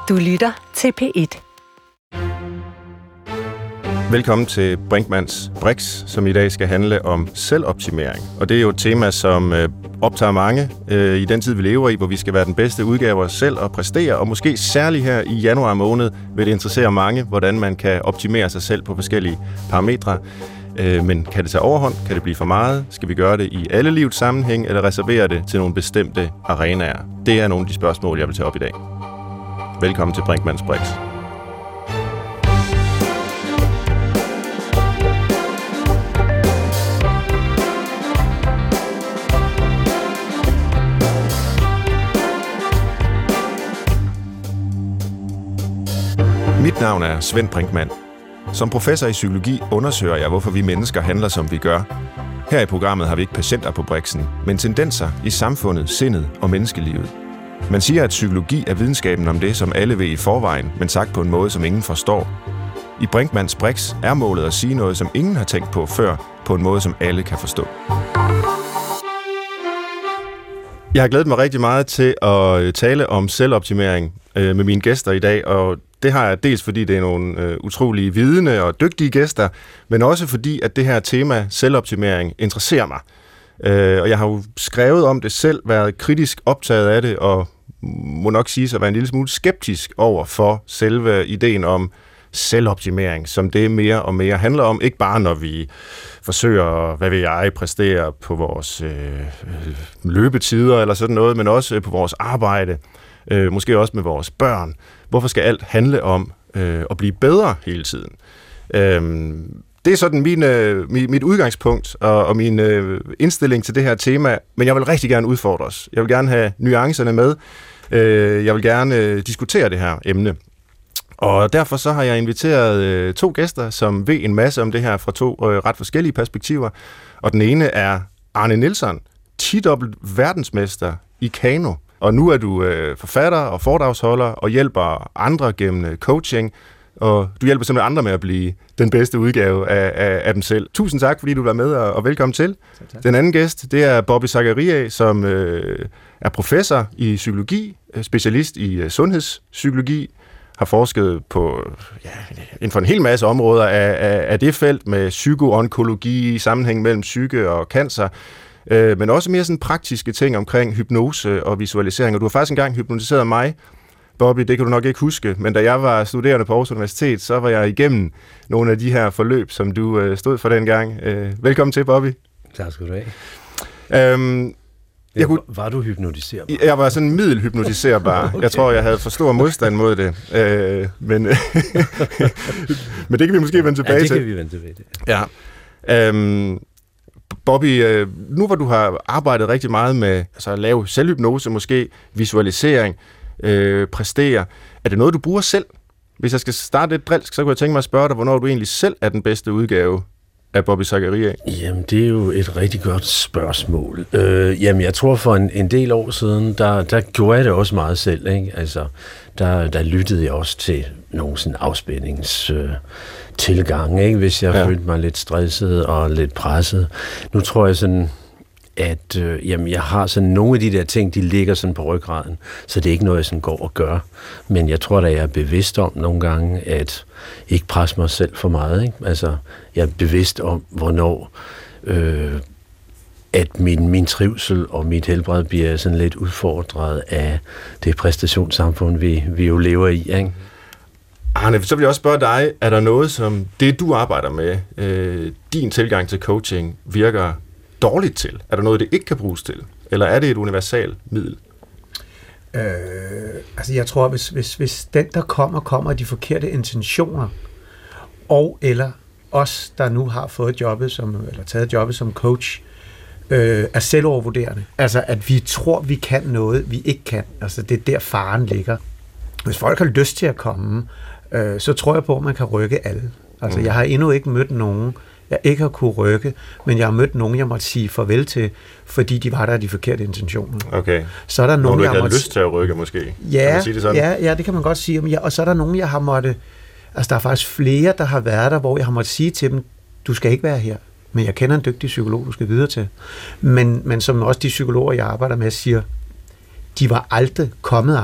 Du lytter til P1. Velkommen til Brinkmanns Brix, som i dag skal handle om selvoptimering. Og det er jo et tema, som optager mange i den tid, vi lever i, hvor vi skal være den bedste udgave af os selv og præstere. Og måske særligt her i januar måned vil det interessere mange, hvordan man kan optimere sig selv på forskellige parametre. Men kan det tage overhånd? Kan det blive for meget? Skal vi gøre det i alle livets sammenhæng, eller reservere det til nogle bestemte arenaer? Det er nogle af de spørgsmål, jeg vil tage op i dag. Velkommen til Brinkmanns Brix. Mit navn er Svend Brinkmann. Som professor i psykologi undersøger jeg, hvorfor vi mennesker handler, som vi gør. Her i programmet har vi ikke patienter på Brixen, men tendenser i samfundet, sindet og menneskelivet. Man siger, at psykologi er videnskaben om det, som alle ved i forvejen, men sagt på en måde, som ingen forstår. I Brinkmanns Brix er målet at sige noget, som ingen har tænkt på før, på en måde, som alle kan forstå. Jeg har glædet mig rigtig meget til at tale om selvoptimering med mine gæster i dag, og det har jeg dels fordi det er nogle utrolige vidende og dygtige gæster, men også fordi, at det her tema selvoptimering interesserer mig. Og jeg har jo skrevet om det selv, været kritisk optaget af det, og må nok sige at være en lille smule skeptisk over for selve ideen om selvoptimering, som det mere og mere handler om, ikke bare når vi forsøger, hvad vil jeg, præstere på vores løbetider eller sådan noget, men også på vores arbejde, måske også med vores børn. Hvorfor skal alt handle om at blive bedre hele tiden? Det er sådan mit udgangspunkt og min indstilling til det her tema, men jeg vil rigtig gerne udfordre os. Jeg vil gerne have nuancerne med. Jeg vil gerne diskutere det her emne. Og derfor så har jeg inviteret to gæster, som ved en masse om det her fra to ret forskellige perspektiver. Og den ene er Arne Nielsen, 10-dobbelt verdensmester i kano. Og nu er du forfatter og foredragsholder og hjælper andre gennem coaching. Og du hjælper simpelthen andre med at blive den bedste udgave af dem selv. Tusind tak, fordi du var med, og velkommen til. Tak. Den anden gæst, det er Bobby Zachariae, som er professor i psykologi, specialist i sundhedspsykologi, har forsket på inden for en hel masse områder af det felt med psykoonkologi, sammenhæng mellem psyke og cancer, men også mere sådan praktiske ting omkring hypnose og visualisering. Og du har faktisk engang hypnotiseret mig, Bobby, det kan du nok ikke huske, men da jeg var studerende på Aarhus Universitet, så var jeg igennem nogle af de her forløb, som du stod for dengang. Velkommen til, Bobby. Tak skal du have. Var du hypnotiserbar? Jeg var sådan middelhypnotiserbar. Okay. Jeg tror, jeg havde for stor modstand mod det. Men det kan vi måske vende tilbage til. Ja, det kan vi vende tilbage til. Ja. Bobby, nu hvor du har arbejdet rigtig meget med at lave selvhypnose, måske visualisering, præstere, er det noget, du bruger selv? Hvis jeg skal starte lidt drilsk, så kunne jeg tænke mig at spørge dig, hvornår du egentlig selv er den bedste udgave af Bobby Zachariae? Jamen, det er jo et rigtig godt spørgsmål. Jamen, jeg tror for en del år siden, der gjorde jeg det også meget selv, ikke? Altså, der lyttede jeg også til nogle sådan afspændingstilgang, ikke? Hvis jeg følte mig lidt stresset og lidt presset. Nu tror jeg sådan, at jeg har sådan nogle af de der ting, de ligger sådan på ryggraden, så det er ikke noget, jeg sådan går og gør. Men jeg tror da, jeg er bevidst om nogle gange, at ikke presse mig selv for meget, ikke? Altså, jeg er bevidst om, hvornår at min trivsel og mit helbred bliver sådan lidt udfordret af det præstationssamfund, vi jo lever i, ikke? Arne, så vil jeg også spørge dig, er der noget, som det du arbejder med, din tilgang til coaching, virker dårligt til? Er der noget, det ikke kan bruges til? Eller er det et universalt middel? Altså jeg tror, hvis den, der kommer de forkerte intentioner, og eller os, der nu har fået jobbet eller taget jobbet som coach, er selvovervurderende. Altså at vi tror, vi kan noget, vi ikke kan. Altså det er der faren ligger. Hvis folk har lyst til at komme, så tror jeg på, at man kan rykke alle. Altså jeg har endnu ikke mødt nogen, jeg ikke har kunne rykke, men jeg har mødt nogen, jeg måtte sige farvel til, fordi de var der af de forkerte intentioner. Okay. Så er der nogen, jeg har lyst til at rykke, måske? Ja, kan man sige det sådan? Ja, det kan man godt sige. Og så er der nogen, jeg har måtte... Altså, der er faktisk flere, der har været der, hvor jeg har måttet sige til dem, du skal ikke være her, men jeg kender en dygtig psykolog, du skal videre til. Men som også de psykologer, jeg arbejder med, siger, de var aldrig kommet, Arne,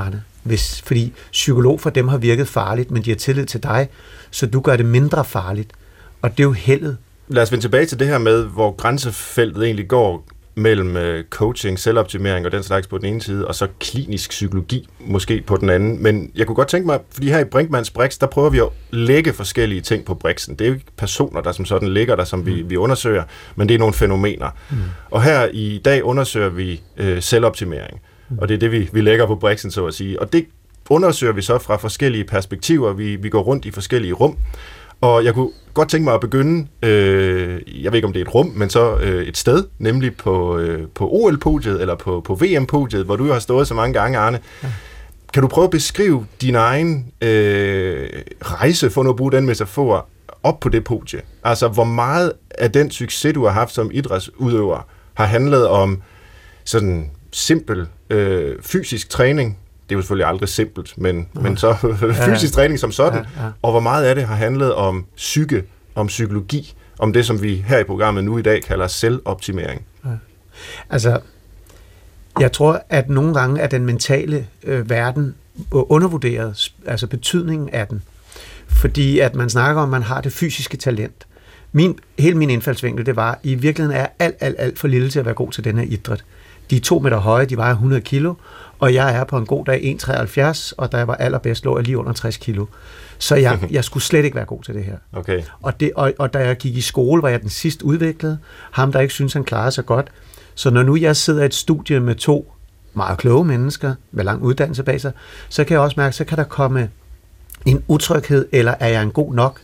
fordi psykolog for dem har virket farligt, men de har tillid til dig, så du gør det mindre farligt. Og det er jo heldet. Lad os vende tilbage til det her med, hvor grænsefeltet egentlig går mellem coaching, selvoptimering og den slags på den ene side, og så klinisk psykologi måske på den anden. Men jeg kunne godt tænke mig, fordi her i Brinkmanns Brix, der prøver vi at lægge forskellige ting på briksen. Det er jo ikke personer, der som sådan ligger der, som vi undersøger, men det er nogle fænomener. Og her i dag undersøger vi selvoptimering, og det er det, vi lægger på briksen, så at sige. Og det undersøger vi så fra forskellige perspektiver. Vi går rundt i forskellige rum. Og jeg kunne godt tænke mig at begynde, jeg ved ikke om det er et rum, men så et sted, nemlig på OL-podiet eller på VM-podiet, hvor du har stået så mange gange, Arne. Ja. Kan du prøve at beskrive din egen rejse, for nu at bruge den metafor, op på det podie? Altså, hvor meget af den succes, du har haft som idrætsudøver, har handlet om sådan simpel fysisk træning? Det er jo selvfølgelig aldrig simpelt, men så fysisk træning som sådan. Ja. Og hvor meget af det har handlet om psyke, om psykologi, om det, som vi her i programmet nu i dag kalder selvoptimering. Ja. Altså, jeg tror, at nogle gange er den mentale verden undervurderet, altså betydningen af den. Fordi at man snakker om, at man har det fysiske talent. Hele min indfaldsvinkel, det var, i virkeligheden er alt for lille til at være god til den her idræt. De er 2 meter høje, de vejer 100 kilo, og jeg er på en god dag 1,73, og da jeg var allerbedst, lå jeg lige under 60 kilo. Så jeg skulle slet ikke være god til det her. Okay. Og da jeg gik i skole, var jeg den sidst udviklede. Ham, der ikke synes han klarede sig godt. Så når nu jeg sidder i et studie med 2 meget kloge mennesker, med lang uddannelse bag sig, så kan jeg også mærke, så kan der komme en utryghed, eller er jeg en god nok?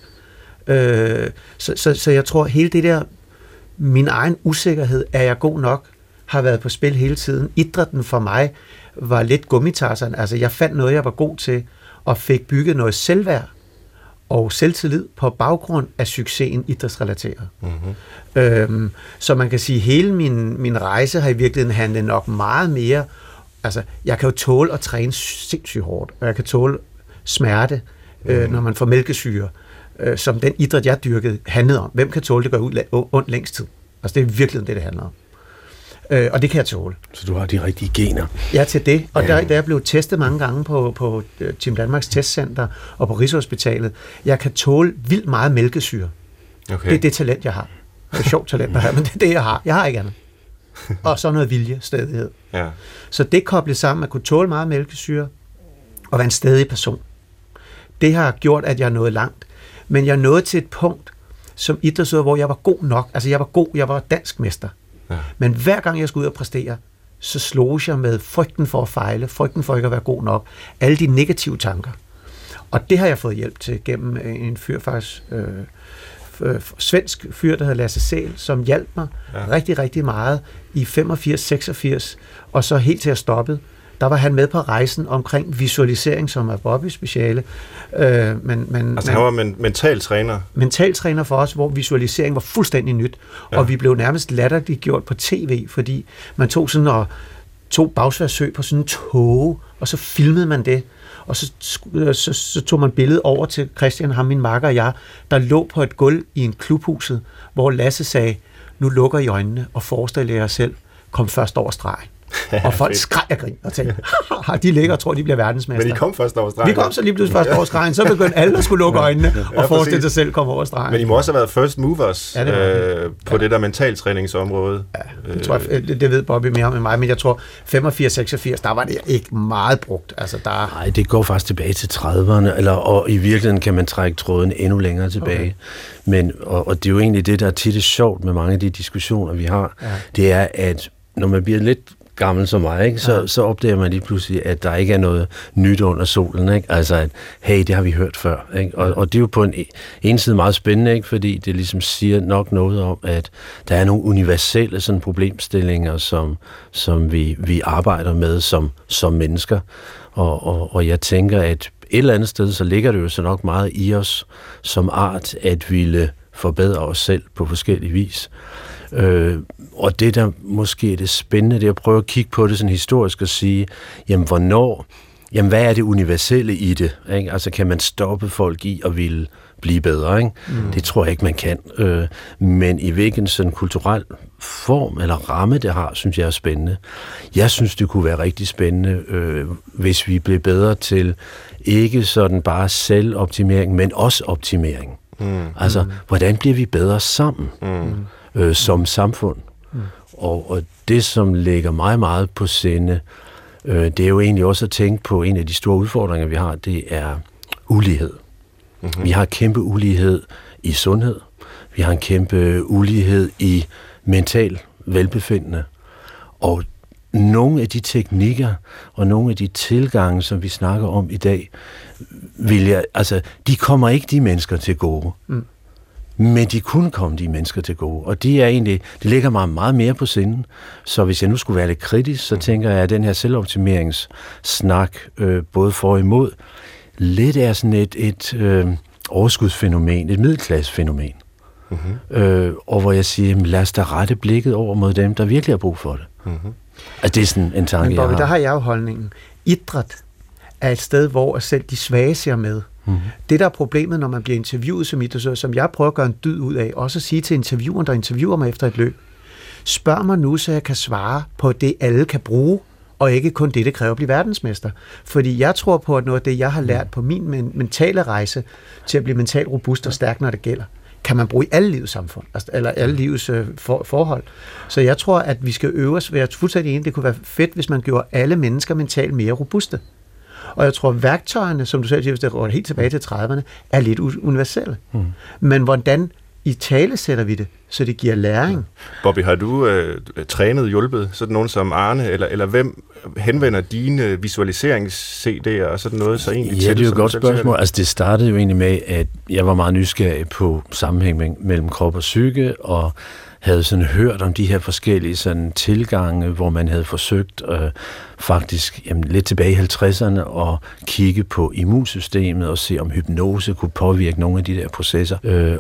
Så jeg tror, hele det der, min egen usikkerhed, er jeg god nok, har været på spil hele tiden. Idrætten for mig var lidt gummitarsen. Altså, jeg fandt noget, jeg var god til, og fik bygget noget selvværd og selvtillid på baggrund af succesen idrætsrelateret. Mm-hmm. Så man kan sige, at hele min rejse har i virkeligheden handlet nok meget mere. Altså, jeg kan jo tåle at træne sindssygt hårdt, og jeg kan tåle smerte, når man får mælkesyre, som den idræt, jeg dyrkede, handlede om. Hvem kan tåle det, gør ondt længst tid? Altså, det er virkelig det handler om. Og det kan jeg tåle. Så du har de rigtige gener? Ja, til det. Og da jeg blev testet mange gange på Team Danmarks Testcenter og på Rigshospitalet, jeg kan tåle vildt meget mælkesyre. Okay. Det er det talent, jeg har. Det er et sjovt talent, jeg har, men det er det, jeg har. Jeg har ikke andet. Og så noget vilje, stædighed. Ja. Så det koblet sammen, at kunne tåle meget mælkesyre og være en stædig person. Det har gjort, at jeg er nået langt. Men jeg nåede til et punkt som idrætsudøver, hvor jeg var god nok. Altså jeg var dansk mester. Ja. Men hver gang jeg skulle ud og præstere, så sloges jeg med frygten for at fejle, frygten for ikke at være god nok, alle de negative tanker. Og det har jeg fået hjælp til gennem en fyr, faktisk svensk fyr, der hedder Lasse Sæl, som hjalp mig rigtig, rigtig meget i 85-86, og så helt til at stoppe. Der var han med på rejsen omkring visualisering, som er Bobbys speciale. Altså han var mentaltræner? Mentaltræner for os, hvor visualisering var fuldstændig nyt. Ja. Og vi blev nærmest latterliggjort på tv, fordi man tog bagsværdsø på sådan en tåge, og så filmede man det. Og så tog man billedet over til Christian, ham, min makker og jeg, der lå på et gulv i en klubhuset, hvor Lasse sagde, nu lukker I øjnene og forestiller jer selv, kom først over stregen. Og folk skreg og grin og tænkte, de ligger og tror, de bliver verdensmester. Men I kom først over stregen? Vi kom så lige pludselig først over stregen, så begyndte alle at skulle lukke øjnene og forestille sig selv komme over stregen. Men I må også have været first movers på det der mentaltræningsområde. Ja, det ved Bobby mere om end mig, men jeg tror 85-86, der var det ikke meget brugt. Altså, Nej, det går faktisk tilbage til 30'erne, og i virkeligheden kan man trække tråden endnu længere tilbage. Okay. Men, og det er jo egentlig det, der er tit sjovt med mange af de diskussioner, vi har, det er, at når man bliver lidt gammel som mig, ikke? Så opdager man lige pludselig, at der ikke er noget nyt under solen. Ikke? Altså, at hey, det har vi hørt før. Ikke? Og det er jo på en side meget spændende, ikke? Fordi det ligesom siger nok noget om, at der er nogle universelle sådan problemstillinger, som vi arbejder med som mennesker. Og jeg tænker, at et eller andet sted, så ligger det jo så nok meget i os som art, at ville forbedre os selv på forskellige vis. Og det, der måske er det spændende, det er at prøve at kigge på det sådan historisk og sige, hvad er det universelle i det? Ikke? Altså, kan man stoppe folk i at ville blive bedre, ikke? Det tror jeg ikke, man kan. Men i hvilken sådan kulturel form eller ramme det har, synes jeg er spændende. Jeg synes, det kunne være rigtig spændende, hvis vi blev bedre til ikke sådan bare selvoptimering, men også optimering. Altså, hvordan bliver vi bedre sammen som samfund? Og det, som ligger mig meget på sinde, det er jo egentlig også at tænke på en af de store udfordringer, vi har, det er ulighed. Vi har kæmpe ulighed i sundhed. Vi har en kæmpe ulighed i mental velbefindende. Og nogle af de teknikker og nogle af de tilgange, som vi snakker om i dag, de kommer ikke de mennesker til gode. Men de kunne komme de mennesker til gode. Og det ligger mig meget mere på sinden. Så hvis jeg nu skulle være lidt kritisk, så tænker jeg, at den her selvoptimeringssnak, både for og imod, lidt er sådan et overskudsfænomen, et middelklassefænomen. Og hvor jeg siger, lad os da rette blikket over mod dem, der virkelig har brug for det. Altså det er sådan en tanke, men Bobby, der har jeg jo holdningen. Idræt er et sted, hvor selv de svage ser med. Det, der er problemet, når man bliver interviewet som idrætsudøver, som jeg prøver at gøre en dyd ud af, også at sige til intervieweren, der interviewer mig efter et løb, spørg mig nu, så jeg kan svare på det, alle kan bruge, og ikke kun det kræver at blive verdensmester. Fordi jeg tror på, at noget af det, jeg har lært på min mentale rejse til at blive mentalt robust og stærk, når det gælder, kan man bruge i alle livets samfund, eller alle livets forhold. Så jeg tror, at vi skal øve os, være fuldstændig enige, det kunne være fedt, hvis man gjorde alle mennesker mentalt mere robuste. Og jeg tror, værktøjerne, som du selv siger, hvis det går helt tilbage til 30'erne, er lidt universelle. Men hvordan i tale sætter vi det, så det giver læring? Bobby, har du hjulpet sådan nogen som Arne, eller hvem henvender dine visualiserings-CD'er og sådan noget så egentlig til? Ja, det er jo et godt spørgsmål. Altså, det startede jo egentlig med, at jeg var meget nysgerrig på sammenhæng mellem krop og psyke, og havde sådan hørt om de her forskellige sådan tilgange, hvor man havde forsøgt faktisk lidt tilbage i 50'erne at kigge på immunsystemet og se, om hypnose kunne påvirke nogle af de der processer.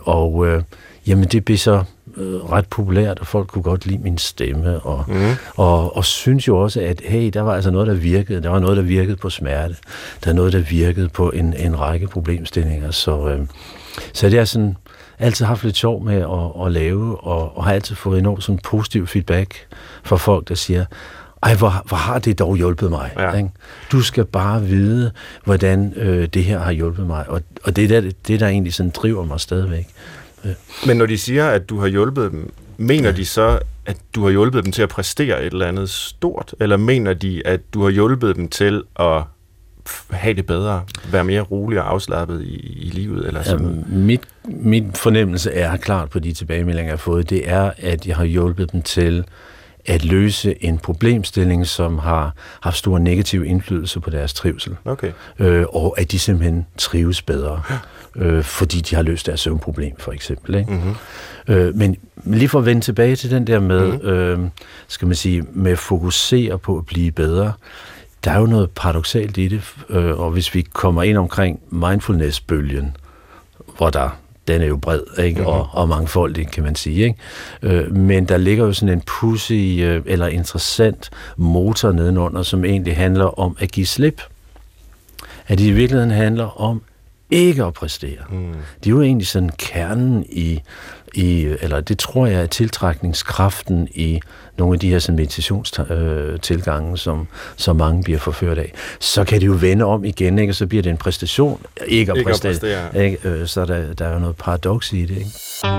Det blev så ret populært, og folk kunne godt lide min stemme, og synes jo også, at hey, der var altså noget, der virkede. Der var noget, der virkede på smerte. Der er noget, der virkede på en række problemstillinger. Så det er sådan altid haft lidt sjov med at lave, og har altid fået enormt sådan positiv feedback fra folk, der siger, ej, hvor har det dog hjulpet mig. Ja. Ikke? Du skal bare vide, hvordan det her har hjulpet mig. Og det er det, der egentlig sådan driver mig stadigvæk. Men når de siger, at du har hjulpet dem, mener de så, at du har hjulpet dem til at præstere et eller andet stort? Eller mener de, at du har hjulpet dem til at have det bedre, være mere rolig og afslappet i livet? Eller sådan? Min fornemmelse er klart på de tilbagemeldinger, jeg har fået, det er, at jeg har hjulpet dem til at løse en problemstilling, som har haft stor negativ indflydelse på deres trivsel. Okay. Og at de simpelthen trives bedre, fordi de har løst deres søvnproblem, for eksempel. Ikke? Men lige for at vende tilbage til den der med, skal man sige, med at fokusere på at blive bedre, der er jo noget paradoksalt i det, og hvis vi kommer ind omkring mindfulness-bølgen, hvor den er jo bred, ikke? Og mangfoldig, kan man sige. Ikke? Men der ligger jo sådan en pussy eller interessant motor nedenunder, som egentlig handler om at give slip. At det i virkeligheden handler om ikke at præstere. Det er jo egentlig sådan kernen i eller det tror jeg er tiltrækningskraften i nogle af de her sådan meditationstilgange, som mange bliver forført af. Så kan det jo vende om igen, ikke? Og så bliver det en præstation, ikke at præstere. Ikke? Så der er jo noget paradoks i det. Ikke?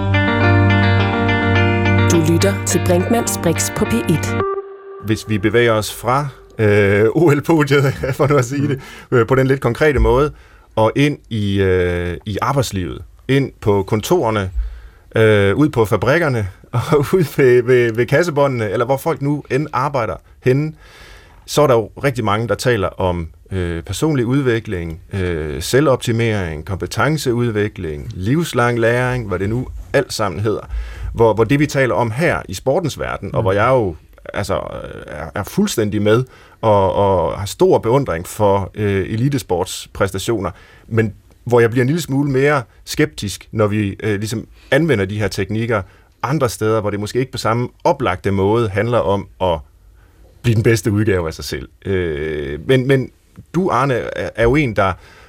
Du lytter til Brinkmanns Brix på P1. Hvis vi bevæger os fra OL-podiet, for nu at sige det, på den lidt konkrete måde, og ind i arbejdslivet, ind på kontorerne, ud på fabrikkerne, og ud ved kassebåndene, eller hvor folk nu end arbejder henne, så er der jo rigtig mange, der taler om personlig udvikling, selvoptimering, kompetenceudvikling, livslang læring, hvad det nu alt sammen hedder. Hvor det, vi taler om her i sportens verden, og hvor jeg jo er fuldstændig med, og har stor beundring for elitesportspræstationer, men hvor jeg bliver en lille smule mere skeptisk, når vi ligesom anvender de her teknikker andre steder, hvor det måske ikke på samme oplagte måde handler om at blive den bedste udgave af sig selv. Men du, Arne, er jo en, der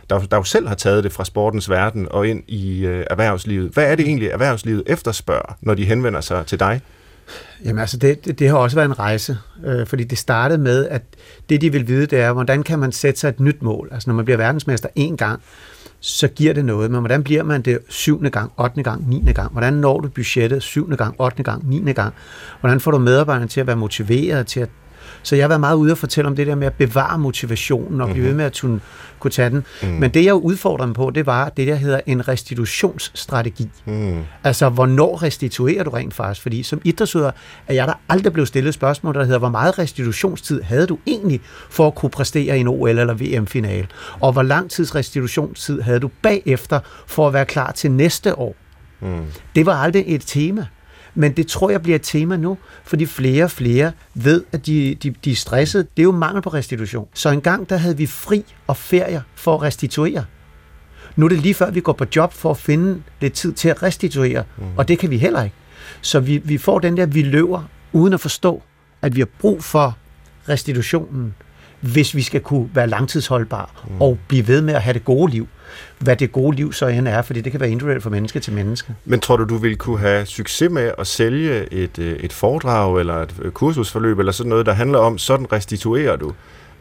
der jo selv har taget det fra sportens verden og ind i erhvervslivet. Hvad er det egentlig, erhvervslivet efterspørger, når de henvender sig til dig? Jamen altså, det har også været en rejse, fordi det startede med, at det de vil vide, det er, hvordan kan man sætte sig et nyt mål? Altså når man bliver verdensmester 1 gang, så giver det noget, men hvordan bliver man det 7. gang, 8. gang, 9. gang? Hvordan når du budgettet 7. gang, 8. gang, 9. gang? Hvordan får du medarbejderne til at være motiveret til at... Så jeg har været meget ude og fortælle om det der med at bevare motivationen og blive ved med at kunne tage den. Men det, jeg udfordrer dem på, det var det, der hedder en restitutionsstrategi. Altså, hvornår restituerer du rent faktisk? Fordi som idrætsudøver er jeg der aldrig blevet stillet spørgsmål, der hedder, hvor meget restitutionstid havde du egentlig for at kunne præstere i en OL eller VM-finale? Og hvor lang tids restitutionstid havde du bagefter for at være klar til næste år? Det var aldrig et tema. Men det tror jeg bliver et tema nu, fordi flere og flere ved, at de er stressede. Det er jo mangel på restitution. Så engang der havde vi fri og ferier for at restituere. Nu er det lige før, vi går på job for at finde lidt tid til at restituere, og det kan vi heller ikke. Så vi får den der, vi løber uden at forstå, at vi har brug for restitutionen, hvis vi skal kunne være langtidsholdbare og blive ved med at have det gode liv. Hvad det gode liv så end er, fordi det kan være individuelt fra menneske til menneske. Men tror du ville kunne have succes med at sælge et foredrag eller et kursusforløb eller sådan noget, der handler om, sådan restituerer du?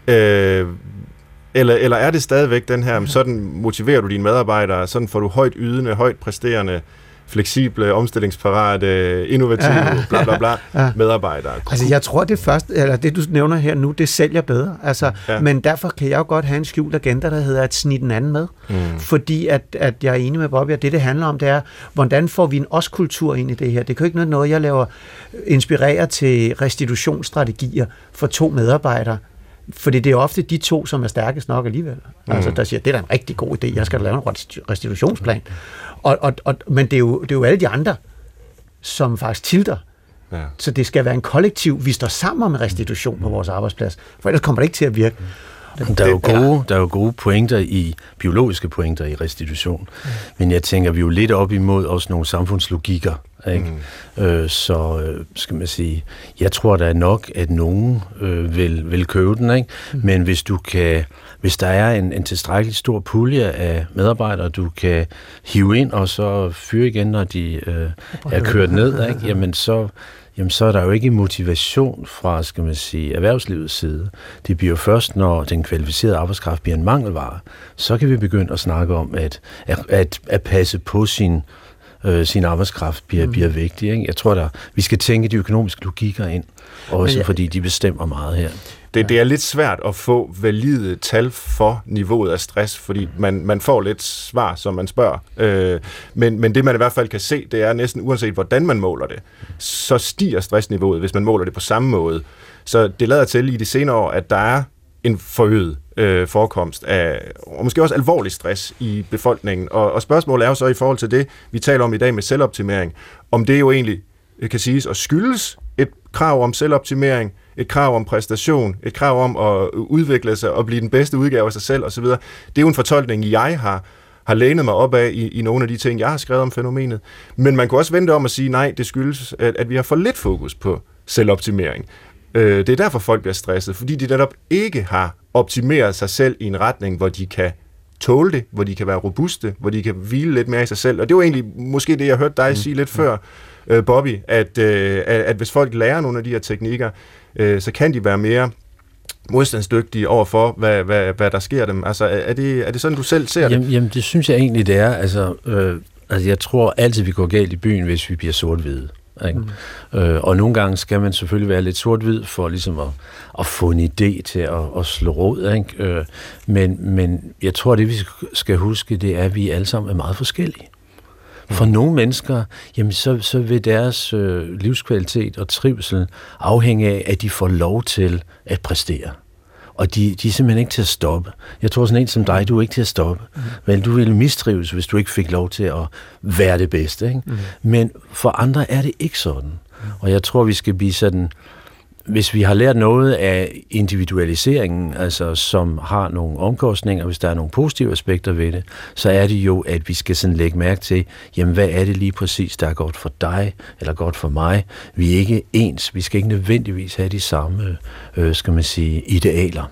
Eller er det stadigvæk den her, sådan motiverer du dine medarbejdere, sådan får du højt ydende, højt præsterende, fleksible, omstillingsparate, innovative, bla bla bla, medarbejdere? Altså jeg tror det første, eller det du nævner her nu, det sælger bedre. Altså, men derfor kan jeg jo godt have en skjult agenda, der hedder at snige den anden med. Fordi at jeg er enig med Bobby, at det handler om, det er, hvordan får vi en os-kultur ind i det her? Det kan jo ikke noget, jeg laver inspirerer til restitutionsstrategier for 2 medarbejdere. Fordi det er ofte de 2, som er stærkest nok alligevel. Altså, der siger, det er da en rigtig god idé, jeg skal da lave en restitutionsplan. Men det er jo alle de andre, som faktisk tilter. Ja. Så det skal være en kollektiv, vi står sammen om restitution på vores arbejdsplads, for ellers kommer det ikke til at virke. Der er jo gode pointer biologiske pointer i restitution, men jeg tænker, vi er jo lidt op imod også nogle samfundslogikker, ikke? Så skal man sige, jeg tror, der er nok, at nogen vil købe den, ikke? Men hvis der er en tilstrækkelig stor pulje af medarbejdere, du kan hive ind og så fyre igen, når de er kørt ned, ikke? Jamen så er der jo ikke motivation fra, skal man sige, erhvervslivets side. Det bliver jo først, når den kvalificerede arbejdskraft bliver en mangelvare, så kan vi begynde at snakke om, at passe på sin arbejdskraft bliver vigtig. Ikke? Jeg tror, vi skal tænke de økonomiske logikker ind, også fordi de bestemmer meget her. Det er lidt svært at få valide tal for niveauet af stress, fordi man får lidt svar, som man spørger. Men det, man i hvert fald kan se, det er næsten uanset, hvordan man måler det, så stiger stressniveauet, hvis man måler det på samme måde. Så det lader til i de senere år, at der er en forøget forekomst af, og måske også alvorlig stress i befolkningen. Og spørgsmålet er jo så i forhold til det, vi taler om i dag med selvoptimering, om det jo egentlig kan siges at skyldes et krav om selvoptimering, et krav om præstation, et krav om at udvikle sig og blive den bedste udgave af sig selv osv. Det er jo en fortolkning, jeg har lænet mig op af i nogle af de ting, jeg har skrevet om fænomenet. Men man kunne også vente om at sige, nej, det skyldes, at vi har for lidt fokus på selvoptimering. Det er derfor, folk bliver stresset, fordi de netop ikke har optimeret sig selv i en retning, hvor de kan tåle det, hvor de kan være robuste, hvor de kan hvile lidt mere i sig selv. Og det var egentlig måske det, jeg hørte dig sige lidt før, Bobby, at hvis folk lærer nogle af de her teknikker, så kan de være mere modstandsdygtige overfor, hvad der sker dem. Altså, er det sådan, du selv ser det? Jamen, det synes jeg egentlig, det er. Altså, jeg tror altid, vi går galt i byen, hvis vi bliver sort-hvide. Og nogle gange skal man selvfølgelig være lidt sort-hvid for ligesom at få en idé til at slå rod. Ikke? Men jeg tror, det vi skal huske, det er, at vi alle sammen er meget forskellige. For nogle mennesker, jamen så vil deres livskvalitet og trivsel afhænge af, at de får lov til at præstere. Og de er simpelthen ikke til at stoppe. Jeg tror sådan en som dig, du er ikke til at stoppe. Men du ville mistrives, hvis du ikke fik lov til at være det bedste. Ikke? Men for andre er det ikke sådan. Og jeg tror, vi skal blive sådan, hvis vi har lært noget af individualiseringen, altså som har nogle omkostninger, hvis der er nogle positive aspekter ved det, så er det jo, at vi skal sådan lægge mærke til, jamen hvad er det lige præcis, der er godt for dig, eller godt for mig. Vi er ikke ens, vi skal ikke nødvendigvis have de samme, skal man sige, idealer.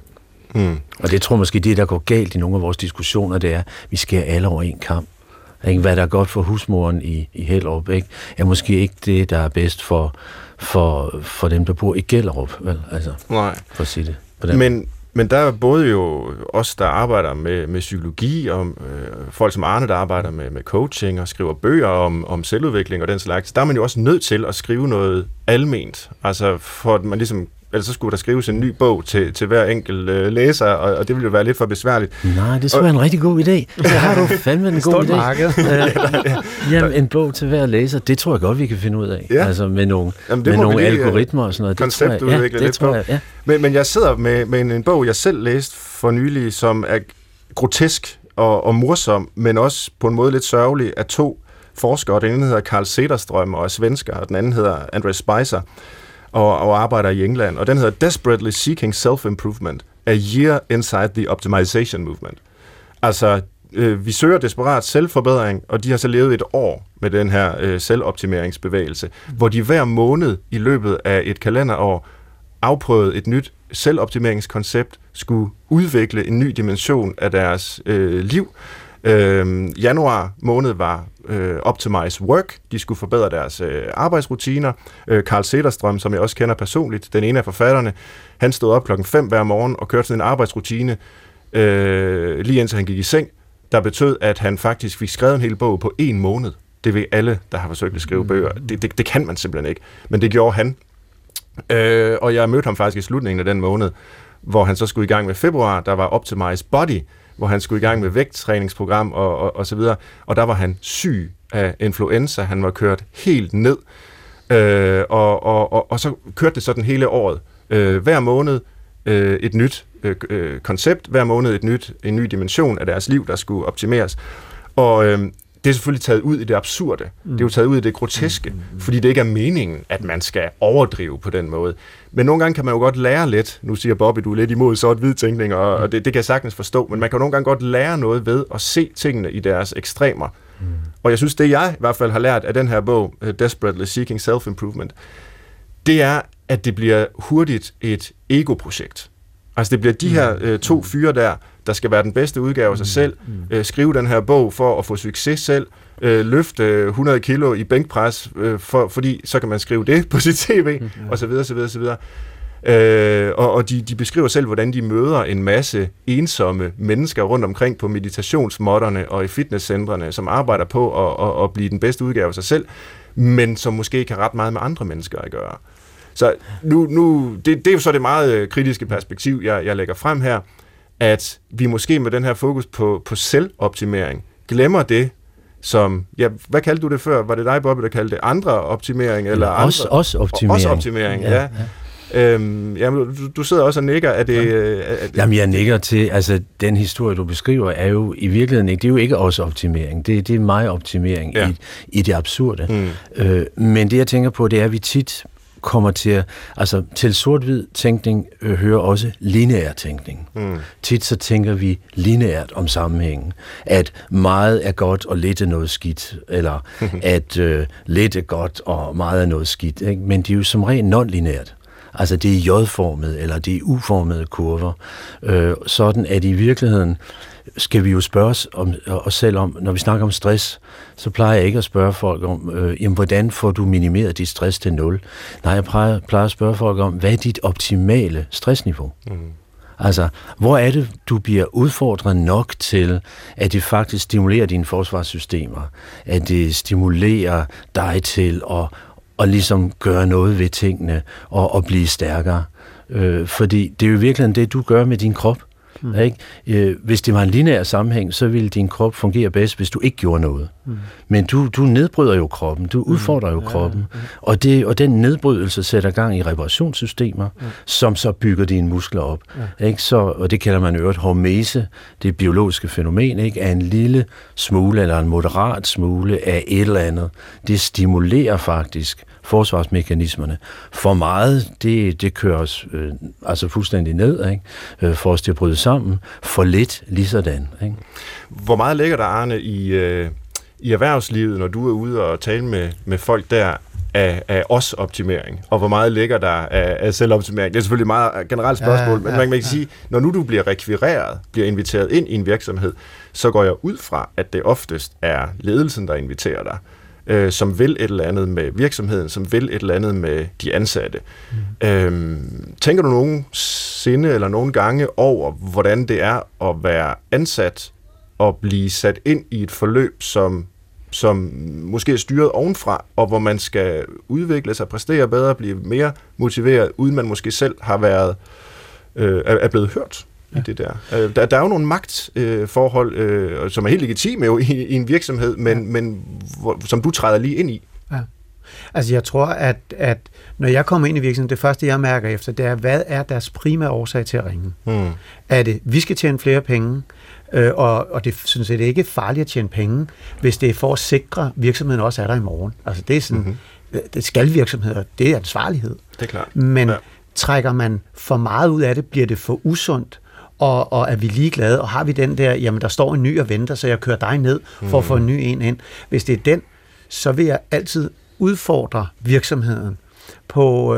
Og det tror jeg måske, det der går galt i nogle af vores diskussioner, det er, vi skærer alle over en kamp. Ikke? Hvad der er godt for husmoren i Hellerup, ikke? Er måske ikke det, der er bedst for dem, der bor i Gellerup. Vel? Altså, nej. For at sige det på den. Men der er både jo os, der arbejder med psykologi, og folk som Arne, der arbejder med coaching og skriver bøger om selvudvikling og den slags. Der er man jo også nødt til at skrive noget alment. Altså for at man ligesom, ellers så skulle der skrives en ny bog til hver enkelt læser, og det ville jo være lidt for besværligt. Nej, det skulle være en rigtig god idé. Så har du fandme en god idé. Jamen, en bog til hver læser, det tror jeg godt, vi kan finde ud af. Ja. Altså med nogle algoritmer og sådan noget. Konceptudvikle lidt på. Ja. Men jeg sidder med en bog, jeg selv læste for nylig, som er grotesk og morsom, men også på en måde lidt sørgelig, af to forskere. Den ene hedder Carl Cederström og er svensker, og den anden hedder Andreas Spicer og arbejder i England. Og den hedder Desperately Seeking Self-Improvement, A Year Inside the Optimization Movement. Altså, vi søger desperat selvforbedring, og de har så levet et år med den her selvoptimeringsbevægelse, hvor de hver måned i løbet af et kalenderår afprøvede et nyt selvoptimeringskoncept, skulle udvikle en ny dimension af deres liv. Januar måned var Optimize Work. De skulle forbedre deres arbejdsrutiner. Carl Cederström, som jeg også kender personligt, den ene af forfatterne, han stod op 5:00 hver morgen og kørte sådan en arbejdsrutine lige indtil han gik i seng, der betød, at han faktisk fik skrevet en hel bog på 1 måned. Det ved alle, der har forsøgt at skrive bøger. Det kan man simpelthen ikke. Men det gjorde han. Og jeg mødte ham faktisk i slutningen af den måned, hvor han så skulle i gang med februar. Der var Optimize Body, hvor han skulle i gang med vægttræningsprogram og så videre. Og der var han syg af influenza. Han var kørt helt ned. Og så kørte det sådan hele året. Hver måned et nyt koncept. Hver måned en ny dimension af deres liv, der skulle optimeres. Og det er selvfølgelig taget ud i det absurde. Det er jo taget ud i det groteske, fordi det ikke er meningen, at man skal overdrive på den måde. Men nogle gange kan man jo godt lære lidt. Nu siger Bobby, du er lidt imod sort-hvid tænkning, og det kan jeg sagtens forstå. Men man kan jo nogle gange godt lære noget ved at se tingene i deres ekstremer. Og jeg synes, det jeg i hvert fald har lært af den her bog, Desperately Seeking Self-Improvement, det er, at det bliver hurtigt et ego-projekt. Altså det bliver de her 2 fyre der skal være den bedste udgave af sig selv, skrive den her bog for at få succes selv, løfte 100 kilo i bænkpres, fordi så kan man skrive det på sit CV, og så videre, så videre, så videre. Og de beskriver selv, hvordan de møder en masse ensomme mennesker rundt omkring på meditationsmodderne og i fitnesscentrene, som arbejder på at blive den bedste udgave af sig selv, men som måske ikke har ret meget med andre mennesker at gøre. Så nu det er jo så det meget kritiske perspektiv, jeg lægger frem her, at vi måske med den her fokus på selvoptimering glemmer det, som, hvad kaldte du det før? Var det dig, Bobby, der kaldte det andre optimering? Eller også optimering. Også optimering, ja. Jamen, du sidder også og nikker. Er det, Jamen, jeg nikker til, altså den historie, du beskriver, er jo i virkeligheden ikke, det er jo ikke også optimering. Det er mig optimering i det absurde. Men det, jeg tænker på, det er, at vi tit kommer til sort-hvid tænkning hører også lineær tænkning. Tit så tænker vi lineært om sammenhængen. At meget er godt, og lidt er noget skidt. Eller at lidt er godt, og meget er noget skidt. Ikke? Men det er jo som regel non-lineært. Altså det er J-formet, eller det er U-formede kurver. Sådan at i virkeligheden skal vi jo spørge os selv om, når vi snakker om stress, så plejer jeg ikke at spørge folk om, jamen, hvordan får du minimeret dit stress til 0? Nej, jeg plejer at spørge folk om, hvad er dit optimale stressniveau? Altså, hvor er det, du bliver udfordret nok til, at det faktisk stimulerer dine forsvarssystemer? At det stimulerer dig til at ligesom gøre noget ved tingene og blive stærkere? Fordi det er jo virkelig det, du gør med din krop. Ikke? Hvis det var en lineær sammenhæng, så ville din krop fungere bedst, hvis du ikke gjorde noget. Men du nedbryder jo kroppen, du udfordrer jo kroppen, og den nedbrydelse sætter gang i reparationssystemer, som så bygger dine muskler op. Ikke? Og det kalder man øvrigt hormese, det biologiske fænomen, ikke? Af en lille smule eller en moderat smule af et eller andet. Det stimulerer faktisk forsvarsmekanismerne. For meget, det kører os altså fuldstændig ned, ikke? For os til at bryde sammen. For lidt, lige sådan. Ikke? Hvor meget ligger der, Arne, i erhvervslivet, når du er ude og tale med folk der, af os-optimering, og hvor meget ligger der af selvoptimering. Det er selvfølgelig et meget generelt spørgsmål, men man kan sige, når nu du bliver rekvireret, bliver inviteret ind i en virksomhed, så går jeg ud fra, at det oftest er ledelsen, der inviterer dig, som vil et eller andet med virksomheden, som vil et eller andet med de ansatte. Tænker du nogensinde eller nogle gange over, hvordan det er at være ansat og blive sat ind i et forløb, som måske er styret ovenfra, og hvor man skal udvikle sig, præstere bedre, blive mere motiveret, uden man måske selv har været er blevet hørt i det der. Der er jo nogle magtforhold, som er helt legitime jo i en virksomhed, men som du træder lige ind i. Ja. Altså jeg tror, at når jeg kommer ind i virksomheden, det første jeg mærker efter, det er, hvad er deres primære årsag til at ringe? Er det, vi skal tjene flere penge, og det synes jeg, det er ikke farligt at tjene penge, hvis det er for at sikre, at virksomheden også er der i morgen. Altså det er sådan, det skal virksomheder, det er ansvarlighed. Det er klart. Men trækker man for meget ud af det, bliver det for usundt, og er vi ligeglade, og har vi den der, jamen der står en ny og venter, så jeg kører dig ned for at få en ny en ind. Hvis det er den, så vil jeg altid udfordre virksomheden på,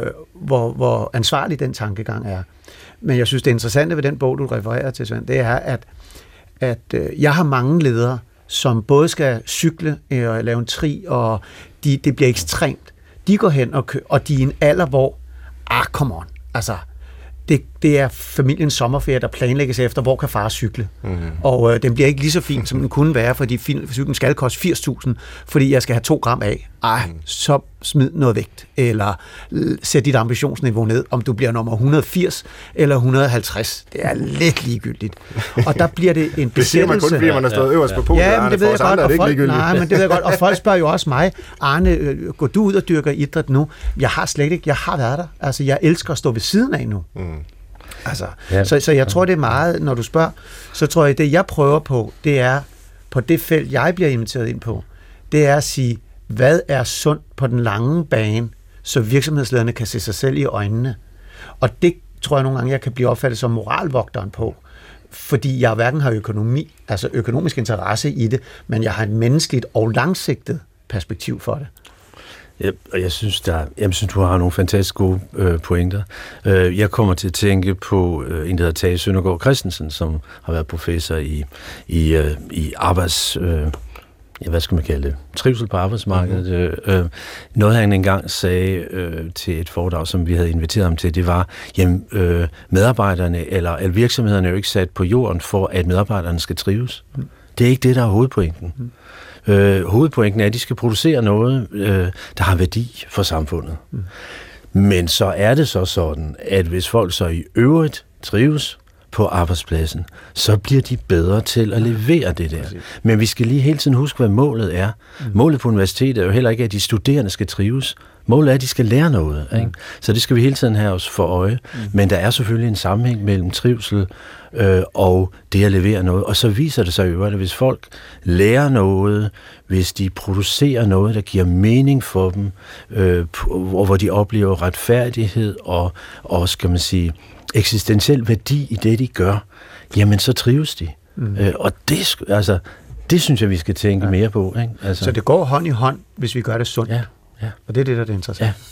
hvor ansvarlig den tankegang er. Men jeg synes, det interessante ved den bog, du refererer til, Svend, det er, at jeg har mange ledere, som både skal cykle og lave en tri, og det bliver ekstremt. De går hen og de er i en alder, hvor, come on, altså, det er familiens sommerferie, der planlægges efter, hvor kan far cykle. Og den bliver ikke lige så fin, som den kunne være, fordi cyklen skal koste 80.000, fordi jeg skal have 2 gram af. Så smid noget vægt, eller sæt dit ambitionsniveau ned, om du bliver nummer 180 eller 150. Det er lidt ligegyldigt. Og der bliver det en besættelse. Det siger man kun, fordi man har stået øverst på podiet. Ja, men det ved jeg godt. Men det ved jeg godt. Og folk spørger jo også mig, Arne, går du ud og dyrker idræt nu? Jeg har slet ikke. Jeg har været der. Altså, jeg elsker at stå ved siden af nu. Altså, så jeg tror, det er meget, når du spørger, så tror jeg, det jeg prøver på, det er, på det felt, jeg bliver inviteret ind på, det er at sige, hvad er sundt på den lange bane, så virksomhedslederne kan se sig selv i øjnene. Og det tror jeg nogle gange, jeg kan blive opfattet som moralvogteren på, fordi jeg hverken har økonomisk interesse i det, men jeg har et menneskeligt og langsigtet perspektiv for det. Og jeg synes, du har nogle fantastisk gode pointer. Jeg kommer til at tænke på en, der hedder Tage Søndergaard Christensen, som har været professor i arbejds... hvad skal man kalde det? Trivsel på arbejdsmarkedet. Noget han engang sagde til et foredrag, som vi havde inviteret ham til, det var, jamen, medarbejderne eller virksomhederne er jo ikke sat på jorden for, at medarbejderne skal trives. Det er ikke det, der er hovedpointen. Hovedpointen er, at de skal producere noget, der har værdi for samfundet. Men så er det så sådan, at hvis folk så i øvrigt trives på arbejdspladsen, så bliver de bedre til at levere det der. Men vi skal lige hele tiden huske, hvad målet er. Målet på universitetet er jo heller ikke, at de studerende skal trives. Målet er, at de skal lære noget. Ikke? Så det skal vi hele tiden have os for øje. Men der er selvfølgelig en sammenhæng mellem trivsel og det at levere noget. Og så viser det sig jo, at hvis folk lærer noget, hvis de producerer noget, der giver mening for dem, og hvor de oplever retfærdighed og skal man sige, eksistentiel værdi i det, de gør, jamen så trives de. Og det synes jeg, vi skal tænke mere på. Ikke? Altså. Så det går hånd i hånd, hvis vi gør det sundt. Ja. Og det er det, der er interessant. Ja.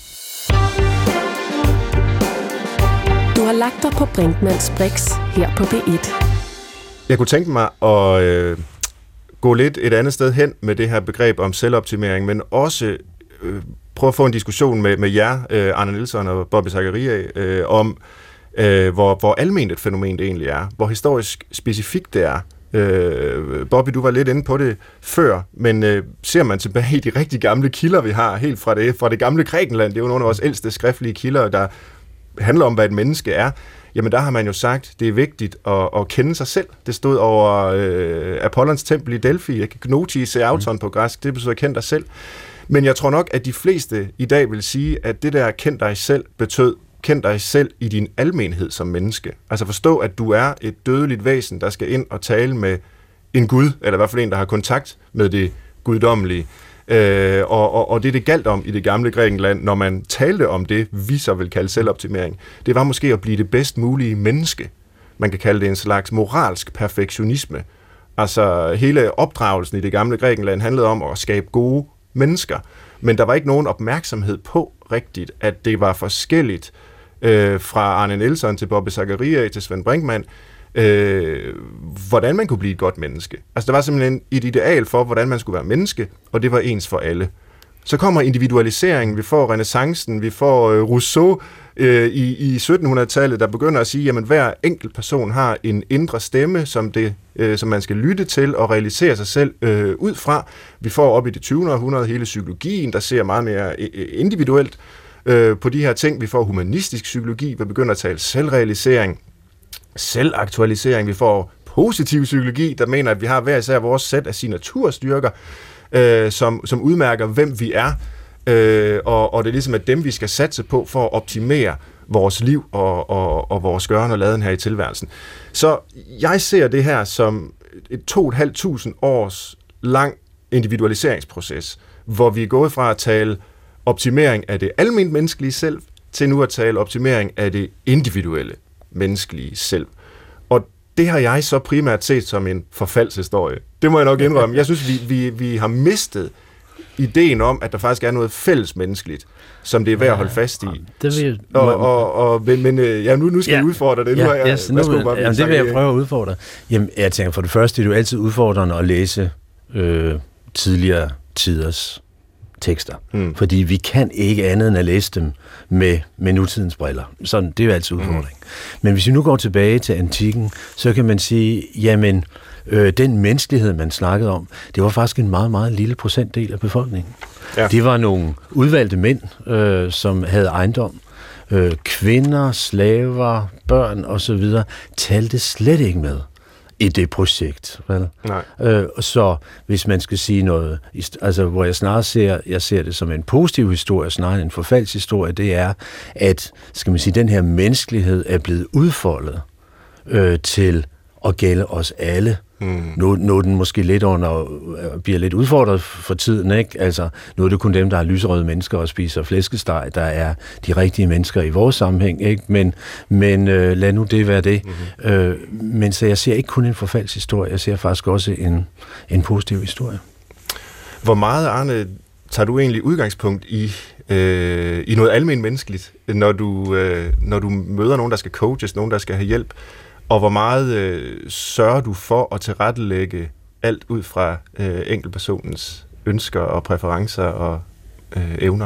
Du har lagt dig på Brinkmanns Brix her på B1. Jeg kunne tænke mig at gå lidt et andet sted hen med det her begreb om selvoptimering, men også prøve at få en diskussion med jer, Arne Nielsen og Bobby Zachariae, om hvor alment et fænomen det egentlig er, hvor historisk specifikt det er. Bobby, du var lidt inde på det før, men ser man tilbage i de rigtig gamle kilder, vi har, helt fra det gamle Grækenland, det er jo nogle af vores ældste skriftlige kilder, der handler om, hvad et menneske er, jamen der har man jo sagt, det er vigtigt at kende sig selv. Det stod over Apollons tempel i Delphi, gnotis auton på græsk, det betyder kend dig selv. Men jeg tror nok, at de fleste i dag vil sige, at det der kend dig selv betød, kend dig selv i din almenhed som menneske. Altså forstå, at du er et dødeligt væsen, der skal ind og tale med en gud, eller i hvert fald en, der har kontakt med det guddommelige. Og det galt om i det gamle Grækenland, når man talte om det, vi så vil kalde selvoptimering, det var måske at blive det bedst mulige menneske. Man kan kalde det en slags moralsk perfektionisme. Altså hele opdragelsen i det gamle Grækenland handlede om at skabe gode mennesker, men der var ikke nogen opmærksomhed på rigtigt, at det var forskelligt fra Arne Nielsen til Bobbe Zachariae til Svend Brinkmann, hvordan man kunne blive et godt menneske. Altså der var simpelthen et ideal for, hvordan man skulle være menneske, og det var ens for alle. Så kommer individualiseringen, vi får renæssancen, vi får Rousseau i 1700-tallet, der begynder at sige, at hver enkelt person har en indre stemme, som man skal lytte til og realisere sig selv ud fra. Vi får op i det 20. århundrede hele psykologien, der ser meget mere individuelt på de her ting. Vi får humanistisk psykologi, der begynder at tale selvrealisering, selvaktualisering. Vi får positiv psykologi, der mener, at vi har hver især vores sæt af signaturstyrker, som udmærker, hvem vi er, og det er ligesom, at dem, vi skal satse på for at optimere vores liv og vores gøren og laden her i tilværelsen. Så jeg ser det her som et 2.500 års lang individualiseringsproces, hvor vi er gået fra at tale optimering af det alment menneskelige selv, til nu at tale optimering af det individuelle menneskelige selv. Og det har jeg så primært set som en forfaldshistorie. Det må jeg nok indrømme. Jeg synes, vi har mistet ideen om, at der faktisk er noget fælles menneskeligt, som det er værd at holde fast i. Nu skal jeg udfordre det. Det vil jeg prøve at udfordre. Jamen, jeg tænker, for det første er det jo altid udfordrende at læse tidligere tiders tekster. Fordi vi kan ikke andet end at læse dem med nutidens briller. Sådan, det er jo altid udfordring. Men hvis vi nu går tilbage til antikken, så kan man sige, jamen, den menneskelighed, man snakkede om, det var faktisk en meget, meget lille procentdel af befolkningen. Ja. Det var nogle udvalgte mænd, som havde ejendom. Kvinder, slaver, børn osv. talte slet ikke med i det projekt. Vel? Så hvis man skal sige noget, altså hvor jeg snarere ser det som en positiv historie, snarere end en forfaldshistorie, det er, at skal man sige, den her menneskelighed er blevet udfoldet til at gælde os alle. Nu er den måske bliver lidt udfordret for tiden, ikke? Altså, nu er det kun dem, der har lyserøde mennesker og spiser flæskesteg, der er de rigtige mennesker i vores sammenhæng, ikke? Men lad nu det være det. Men så jeg ser ikke kun en forfaldshistorie, jeg ser faktisk også en positiv historie. Hvor meget, Arne, tager du egentlig udgangspunkt i noget almen menneskeligt, når du møder nogen, der skal coaches, nogen, der skal have hjælp? Og hvor meget sørger du for at tilrettelægge alt ud fra enkeltpersonens ønsker og præferencer og evner?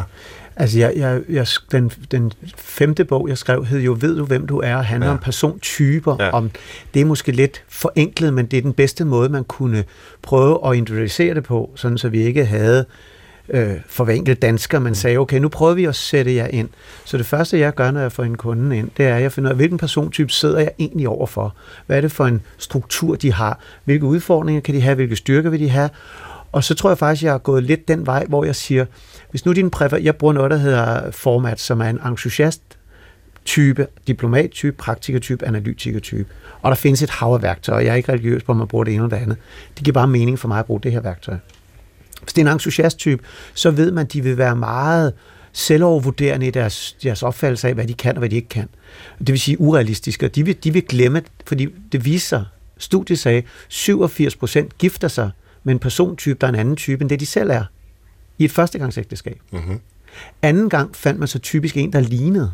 Altså, den 5. bog, jeg skrev, hed jo Ved du, hvem du er? Handler om persontyper. Ja. Om, det er måske lidt forenklet, men det er den bedste måde, man kunne prøve at individualisere det på, sådan så vi ikke havde forvænkelige danskere, men sagde, okay, nu prøver vi at sætte jer ind. Så det første, jeg gør, når jeg får en kunde ind, det er, at jeg finder ud af, hvilken persontype sidder jeg egentlig overfor? Hvad er det for en struktur, de har? Hvilke udfordringer kan de have? Hvilke styrker vil de have? Og så tror jeg faktisk, jeg er gået lidt den vej, hvor jeg siger, hvis nu jeg bruger noget, der hedder format, som er en entusiast-type, diplomat-type, praktiker-type, analytiker-type. Og der findes et hav af værktøjer. Jeg er ikke religiøs på, at man bruger det ene eller det andet. Det giver bare mening for mig at bruge det her værktøj. Hvis det er en entusiast-type, så ved man, at de vil være meget selvovervurderende i deres opfattelse af, hvad de kan og hvad de ikke kan. Det vil sige urealistiske. De vil glemme, fordi det viser, studiet sagde, 87% gifter sig med en persontype, der er en anden type, end det de selv er, i et førstegangsægteskab. Mm-hmm. Anden gang fandt man så typisk en, der lignede.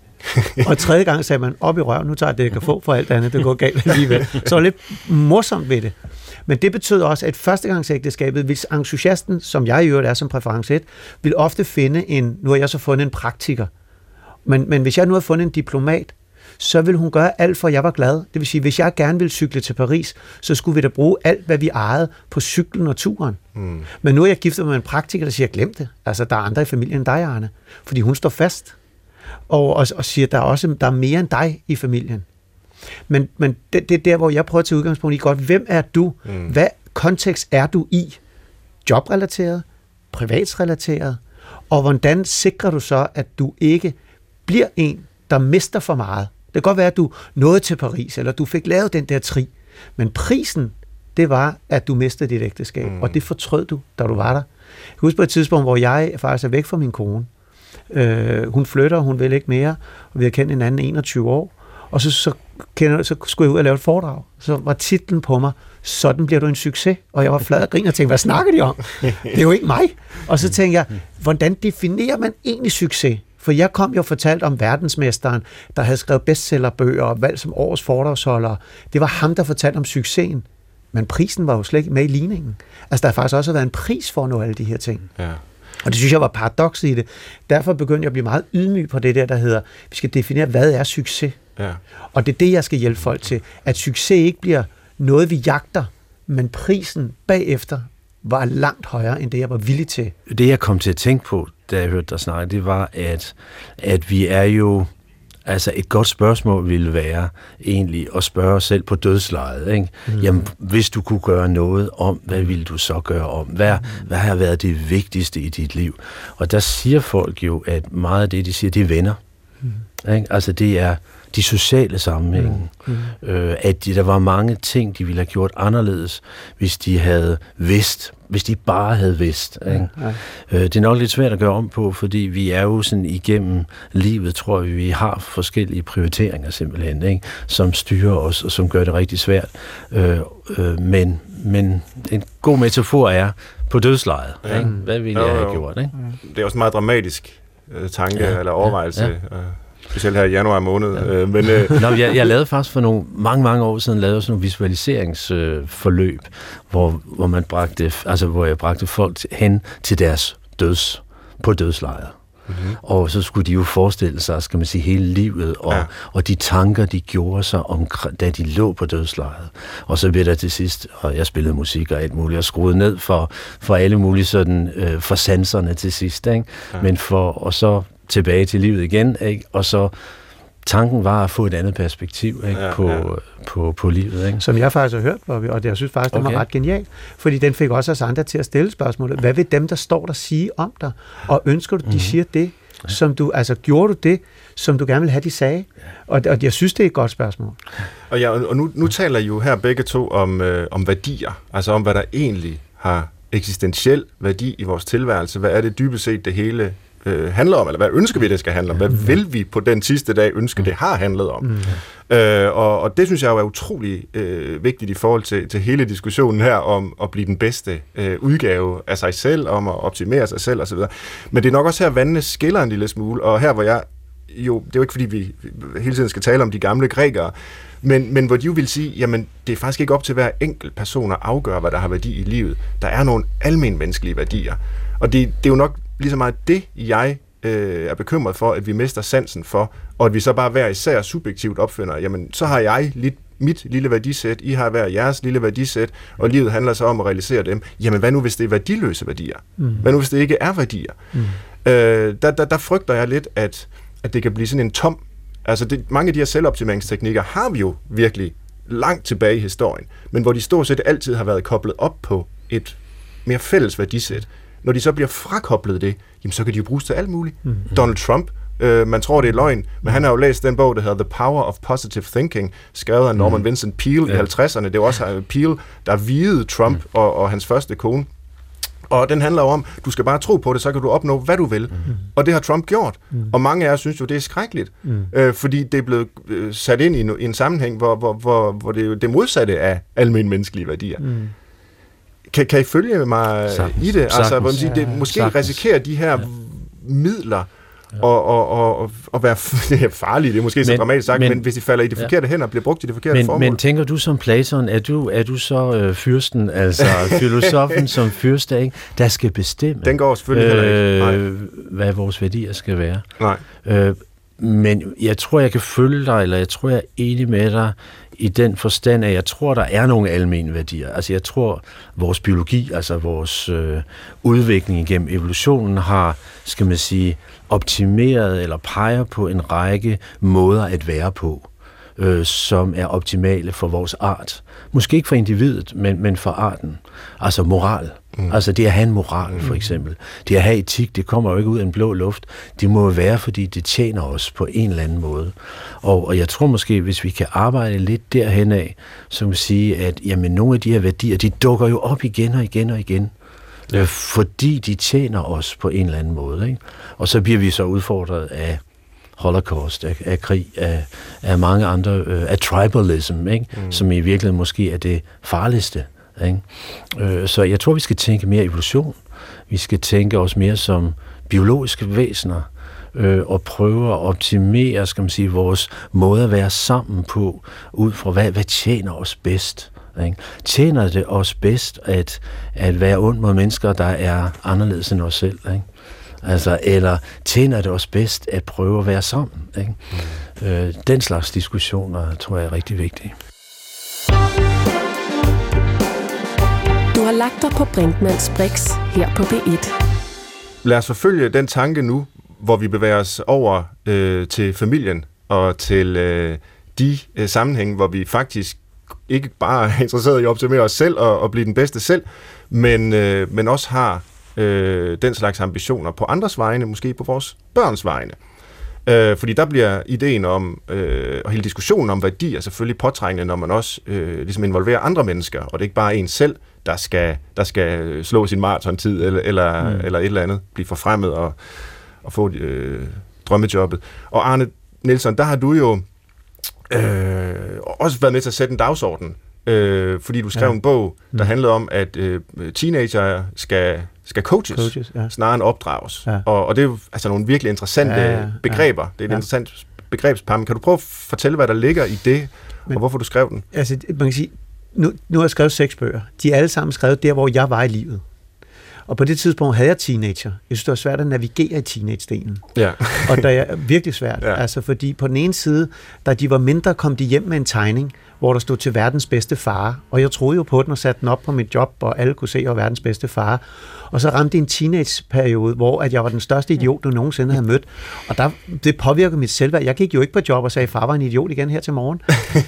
Og tredje gang sagde man, op i røven, nu tager jeg det, jeg kan få for alt andet, det går galt alligevel. Så var lidt morsomt ved det. Men det betød også, at førstegangsægteskabet, hvis entusiasten, som jeg i øvrigt er som præference 1, vil ofte finde nu har jeg så fundet en praktiker. Men hvis jeg nu har fundet en diplomat, så vil hun gøre alt for, at jeg var glad. Det vil sige, hvis jeg gerne ville cykle til Paris, så skulle vi da bruge alt, hvad vi ejede på cyklen og turen. Mm. Men nu er jeg giftet med en praktiker, der siger, glem det. Altså, der er andre i familien end dig, Arne. Fordi hun står fast. Og siger, der er mere end dig i familien. Men det er der, hvor jeg prøver at tage udgangspunkt i godt, hvem er du? Hvad kontekst er du i? Jobrelateret? Privatsrelateret? Og hvordan sikrer du så, at du ikke bliver en, der mister for meget? Det kan godt være, at du nåede til Paris, eller du fik lavet den der tri. Men prisen, det var, at du mistede dit ægteskab. Og det fortrød du, da du var der. Jeg husker på et tidspunkt, hvor jeg faktisk er væk fra min kone. Hun flytter, hun vil ikke mere, og vi har kendt hinanden 21 år. Og så så skulle jeg ud og lave et foredrag. Så var titlen på mig, sådan bliver du en succes. Og jeg var flad og grin og tænkte, hvad snakker de om? Det er jo ikke mig. Og så tænkte jeg, hvordan definerer man egentlig succes? For jeg kom jo og fortalt om verdensmesteren, der havde skrevet bestsellerbøger og valgt som årets foredragsholder. Det var ham, der fortalte om succesen. Men prisen var jo slet ikke med i ligningen. Altså, der har faktisk også været en pris for at nå alle de her ting. Ja. Og det synes jeg var paradokset i det. Derfor begyndte jeg at blive meget ydmyg på det der hedder, vi skal definere, hvad er succes? Ja. Og det er det, jeg skal hjælpe folk til. At succes ikke bliver noget, vi jagter, men prisen bagefter var langt højere, end det, jeg var villig til. Det, jeg kom til at tænke på, da jeg hørte dig snakke, det var, at vi er jo... Altså et godt spørgsmål ville være egentlig at spørge os selv på dødslejet. Ikke? Jamen, hvis du kunne gøre noget om, hvad ville du så gøre om? Hvad har været det vigtigste i dit liv? Og der siger folk jo, at meget af det, de siger, det er venner. Ikke? Altså det er de sociale sammenhænge. At der var mange ting, de ville have gjort anderledes, hvis de havde vidst, hvis de bare havde vidst. Ikke? Det er nok lidt svært at gøre om på, fordi vi er jo sådan igennem livet, tror vi har forskellige prioriteringer simpelthen, ikke? Som styrer os, og som gør det rigtig svært. Men en god metafor er på dødslejet. Ja. Ikke? Hvad ville jeg have gjort? Ikke? Det er også en meget dramatisk tanke eller overvejelse. Ja. Specielt her i januar måned. Ja. Jeg lavede faktisk for mange år siden lavede sådan nogle visualiseringsforløb, hvor jeg bragte folk hen til deres på dødslejet. Mm-hmm. Og så skulle de jo forestille sig, skal man sige, hele livet og de tanker, de gjorde sig, da de lå på dødslejet. Og så blev der til sidst, og jeg spillede musik og alt muligt, og skruede ned for alle mulige sådan, for sanserne til sidst, ikke? Ja. Men og så tilbage til livet igen, ikke? Og så tanken var at få et andet perspektiv, ikke? På livet. Ikke? Som jeg faktisk har hørt, og det, jeg synes faktisk, det var ret genialt, fordi den fik også os andre til at stille spørgsmålet. Hvad vil dem, der står der, sige om dig? Og ønsker du, de siger det, som du, altså gjorde du det, som du gerne vil have, de sagde? Og jeg synes, det er et godt spørgsmål. Og nu taler I jo her begge to om værdier, altså om, hvad der egentlig har eksistentiel værdi i vores tilværelse. Hvad er det dybest set det hele handler om, eller hvad ønsker vi, det skal handle om? Hvad vil vi på den sidste dag ønske, det har handlet om? Og det synes jeg jo er utrolig vigtigt i forhold til hele diskussionen her om at blive den bedste udgave af sig selv, om at optimere sig selv osv. Men det er nok også her, vandene skiller en lille smule, og her hvor jeg jo, det er jo ikke fordi vi hele tiden skal tale om de gamle grækere, men hvor de jo vil sige, jamen det er faktisk ikke op til hver enkelt person at afgøre, hvad der har værdi i livet. Der er nogle almenmenneskelige værdier, og det er jo nok lige så meget det, jeg er bekymret for, at vi mister sansen for, og at vi så bare hver især subjektivt opfinder, jamen så har jeg mit lille værdisæt, I har hver jeres lille værdisæt, og livet handler så om at realisere dem. Jamen hvad nu, hvis det er værdiløse værdier? Hvad nu, hvis det ikke er værdier? Der frygter jeg lidt, at det kan blive sådan en tom. Altså mange af de her selvoptimeringsteknikker har vi jo virkelig langt tilbage i historien, men hvor de stort set altid har været koblet op på et mere fælles værdisæt. Når de så bliver frakoblet det, jamen så kan de jo bruges til alt muligt. Donald Trump, man tror det er løgn, men han har jo læst den bog, der hedder The Power of Positive Thinking, skrevet af Norman Vincent Peale i 50'erne. Det var også Peale, der viede Trump og hans første kone. Og den handler jo om, du skal bare tro på det, så kan du opnå, hvad du vil. Og det har Trump gjort. Og mange af jer synes jo, det er skrækkeligt. Fordi det er blevet sat ind i en sammenhæng, hvor det er det modsatte af almen menneskelige værdier. Kan I følge mig i det? Altså, hvor man siger, det måske risikerer de her midler og være farlige, det er måske så dramatisk sagt, men hvis de falder i de forkerte hænder, bliver brugt i det forkerte formål. Men tænker du som Platon, er du så fyrsten, altså filosofen som fyrste, ikke, der skal bestemme, den går selvfølgelig heller ikke. Hvad vores værdier skal være? Nej. Men jeg tror, jeg kan følge dig, eller jeg tror, jeg er enig med dig i den forstand, at jeg tror, der er nogle almene værdier. Altså jeg tror, vores biologi, altså vores udvikling igennem evolutionen har, skal man sige, optimeret eller peger på en række måder at være på, som er optimale for vores art. Måske ikke for individet, men for arten. Altså moral. Altså det at have en moral, for eksempel. Det at have etik, det kommer jo ikke ud af en blå luft. Det må jo være, fordi det tjener os på en eller anden måde. Og jeg tror måske, hvis vi kan arbejde lidt derhen af, så kan sige, at jamen, nogle af de her værdier, de dukker jo op igen og igen og igen. Fordi de tjener os på en eller anden måde. Ikke? Og så bliver vi så udfordret af holocaust, af krig, af mange andre, af tribalism, ikke? Som i virkeligheden måske er det farligste. Ikke? Så jeg tror, vi skal tænke mere evolution. Vi skal tænke os mere som biologiske væsener, og prøve at optimere, skal man sige, vores måde at være sammen på, ud fra hvad tjener os bedst. Ikke? Tjener det os bedst at være ond mod mennesker, der er anderledes end os selv? Ikke? Altså, eller tjener det os bedst at prøve at være sammen? Ikke? Den slags diskussioner tror jeg er rigtig vigtige. Du har lagt dig på Brinkmanns Brix her på B1. Lad os forfølge den tanke nu, hvor vi bevæger os over til familien og til de sammenhænge, hvor vi faktisk ikke bare er interesseret i at optimere os selv og blive den bedste selv, men også har den slags ambitioner på andres vegne, måske på vores børns vegne. Fordi der bliver ideen om, og hele diskussionen om værdier selvfølgelig påtrængende, når man også ligesom involverer andre mennesker, og det er ikke bare en selv, der skal slå sin maratontid eller et eller andet, blive forfremmet og få drømmejobbet. Og Arne Nielsen, der har du jo også været med til at sætte en dagsorden, fordi du skrev en bog, der handlede om, at teenager skal coaches snarere end opdrages. Ja. Og det er jo altså nogle virkelig interessante begreber. Det er et interessant begrebspar. Men kan du prøve at fortælle, hvad der ligger i det, og hvorfor du skrev den? Altså, man kan sige, nu har jeg skrevet 6 bøger. De er alle sammen skrevet der, hvor jeg var i livet. Og på det tidspunkt havde jeg teenager. Jeg synes, det var svært at navigere i teenage-delen. Ja. Og det er virkelig svært. Ja. Altså, fordi på den ene side, da de var mindre, kom de hjem med en tegning, hvor der stod til verdens bedste far. Og jeg troede jo på den og satte den op på mit job, og alle kunne se, at jeg var verdens bedste far. Og så ramte en teenage-periode, hvor at jeg var den største idiot, du nogensinde havde mødt. Og det påvirkede mit selvværd. Jeg gik jo ikke på job og sagde, at far var en idiot igen her til morgen.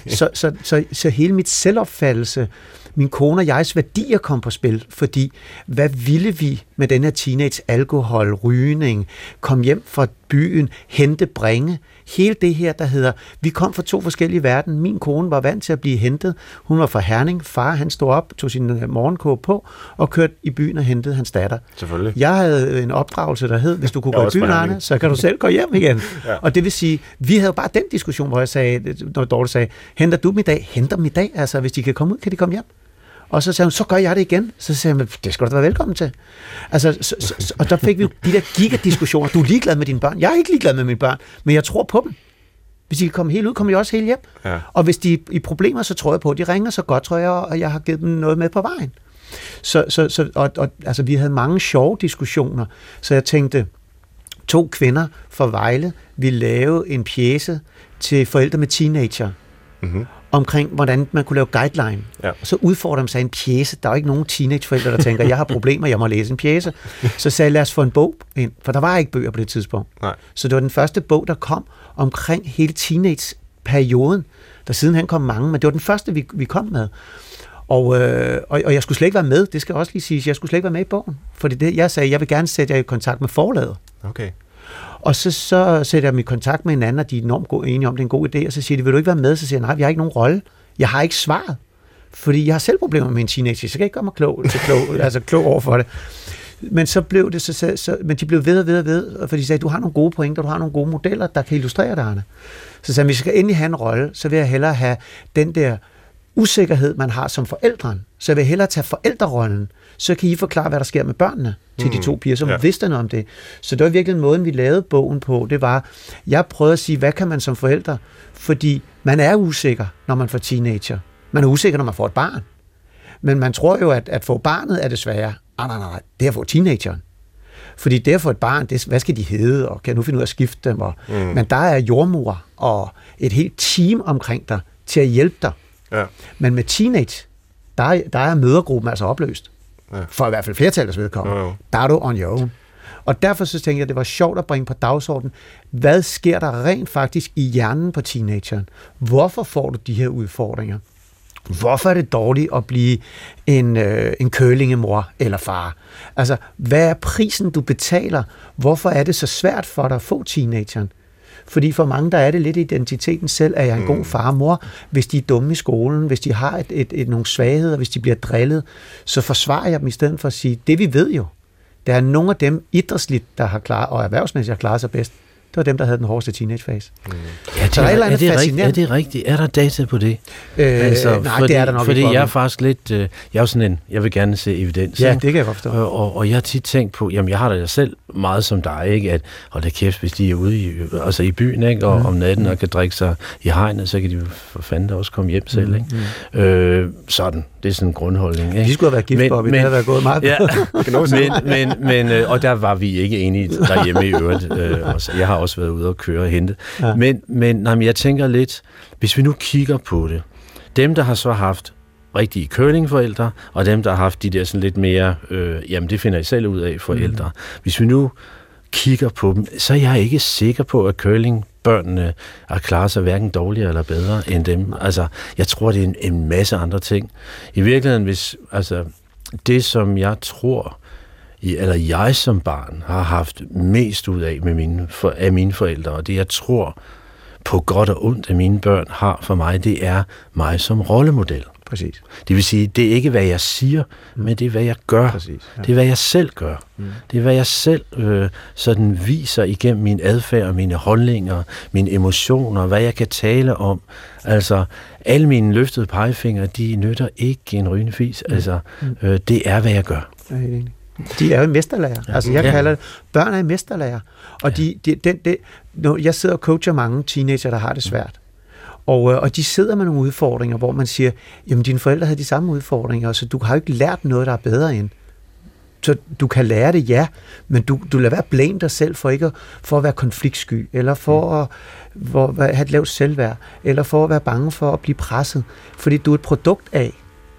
Så hele mit selvopfattelse, min kone og jegs værdier kom på spil, fordi hvad ville vi med den her teenage alkohol, rygning, kom hjem fra byen, hente, bringe, hele det her, der hedder, vi kom fra 2 forskellige verden. Min kone var vant til at blive hentet. Hun var fra Herning. Far, han stod op, tog sin morgenkåbe på og kørte i byen og hentede hans datter. Selvfølgelig. Jeg havde en opdragelse, der hed, hvis du kunne gå i byen, Arne, så kan du selv gå hjem igen. Ja. Og det vil sige, vi havde bare den diskussion, hvor jeg sagde, når Dorte sagde, henter du dem i dag? Henter dem i dag? Altså, hvis de kan komme ud, kan de komme hjem? Og så sagde hun, så gør jeg det igen. Så sagde hun, det skal du da være velkommen til. Altså, og der fik vi jo de der gigadiskussioner. Du er ligeglad med dine børn. Jeg er ikke ligeglad med mine børn, men jeg tror på dem. Hvis de kan komme helt ud, kommer de også helt hjem. Ja. Og hvis de er i problemer, så tror jeg på, at de ringer så godt, tror jeg, og jeg har givet dem noget med på vejen. Altså, vi havde mange sjove diskussioner, så jeg tænkte, 2 kvinder fra Vejle ville lave en pjece til forældre med teenager. Mm-hmm. Omkring, hvordan man kunne lave guideline. Ja. Og så udfordrer man sig en pjece. Der er jo ikke nogen teenageforældre, der tænker, jeg har problemer, jeg må læse en pjece. Så sagde jeg, lad os få en bog ind, for der var ikke bøger på det tidspunkt. Nej. Så det var den første bog, der kom omkring hele teenage-perioden. Der sidenhen kom mange, men det var den første, vi kom med. Og jeg skulle slet ikke være med, det skal også lige siges, jeg skulle slet ikke være med i bogen. For det jeg sagde, jeg vil gerne sætte jer i kontakt med forlaget. Okay. Og så sætter jeg mig i kontakt med en anden, og de er enormt enige om, det er en god idé, og så siger de, vil du ikke være med? Så siger jeg, nej, vi har ikke nogen rolle. Jeg har ikke svaret, fordi jeg har selv problemer med en teenager, så jeg kan ikke gøre mig klog over for det. Men så blev det, men de blev ved, for de sagde, du har nogle gode pointer, du har nogle gode modeller, der kan illustrere det, Arne. Så sagde jeg, hvis jeg skal endelig have en rolle, så vil jeg hellere have den der usikkerhed, man har som forældren. Så jeg vil hellere tage forældrerollen, så kan I forklare, hvad der sker med børnene til de 2 piger, som vidste noget om det. Så det var virkelig en måde, vi lavede bogen på. Det var, jeg prøvede at sige, hvad kan man som forælder? Fordi man er usikker, når man får teenager. Man er usikker, når man får et barn. Men man tror jo, at få barnet er det svære. Nej, det er at få teenageren. Fordi det at få et barn, hvad skal de hedde, og kan nu finde ud af at skifte dem? Men der er jordmor og et helt team omkring dig til at hjælpe dig. Ja. Men med teenage, der er mødergruppen altså opløst. Ja. For i hvert fald flertallets vedkommende. Der er du on your own. Og derfor så tænkte jeg, at det var sjovt at bringe på dagsordenen, hvad sker der rent faktisk i hjernen på teenageren? Hvorfor får du de her udfordringer? Hvorfor er det dårligt at blive en curlingemor eller far? Altså, hvad er prisen, du betaler? Hvorfor er det så svært for dig at få teenageren? Fordi for mange, der er det lidt identiteten selv, at jeg er en god far og mor. Hvis de er dumme i skolen, hvis de har nogle svagheder, hvis de bliver drillet, så forsvarer jeg dem i stedet for at sige, det vi ved jo, der er nogle af dem idrætsligt, der har klaret, og erhvervsmæssigt har klaret sig bedst, Det var dem, der havde den hårdeste teenagefase. Ja, er det rigtigt? Er der data på det? Nej, det er der nok fordi ikke. Fordi jeg er faktisk lidt... jeg er jo sådan en... Jeg vil gerne se evidens. Ja, det kan jeg godt forstå. Og jeg har tit tænkt på... Jamen, jeg har da selv meget som dig, ikke? At hold da kæft, hvis de er ude i byen, ikke? Og om natten og kan drikke sig i hegnet, så kan de jo for fanden også komme hjem selv, ikke? Sådan. Det er sådan en grundholdning, ikke? De skulle have været gift, Bobby. Det havde været gået meget. Ja, men og der var vi ikke enige derhjemme i øvrigt. Jeg har også været ude og køre og hente. Ja. Men jeg tænker lidt, hvis vi nu kigger på det, dem, der har så haft rigtige curlingforældre, og dem, der har haft de der sådan lidt mere, jamen det finder I selv ud af, forældre. Hvis vi nu kigger på dem, så er jeg ikke sikker på, at curlingbørnene har klaret sig hverken dårligere eller bedre end dem. Altså, jeg tror, det er en masse andre ting. I virkeligheden, det som jeg tror, eller jeg som barn har haft mest ud af af mine forældre, og det jeg tror på godt og ondt af mine børn har for mig, det er mig som rollemodel. Præcis. Det vil sige, det er ikke, hvad jeg siger, men det er, hvad jeg gør. Præcis, ja. Det er, hvad jeg selv gør. Det er, hvad jeg selv sådan viser igennem min adfærd, mine holdninger, mine emotioner, hvad jeg kan tale om. Altså, alle mine løftede pegefingre, de nytter ikke en rygende fis. Altså, det er, hvad jeg gør. Jeg er helt enig. De er jo mesterlærer. Altså, jeg kalder det, børn er mesterlærer. Og jeg sidder og coacher mange teenager, der har det svært. Og de sidder med nogle udfordringer, hvor man siger, jamen dine forældre havde de samme udfordringer, så du har jo ikke lært noget, der er bedre end. Så du kan lære det, ja, men du lader være blame dig selv for at være konfliktsky, eller for at have et lavt selvværd, eller for at være bange for at blive presset, fordi du er et produkt af.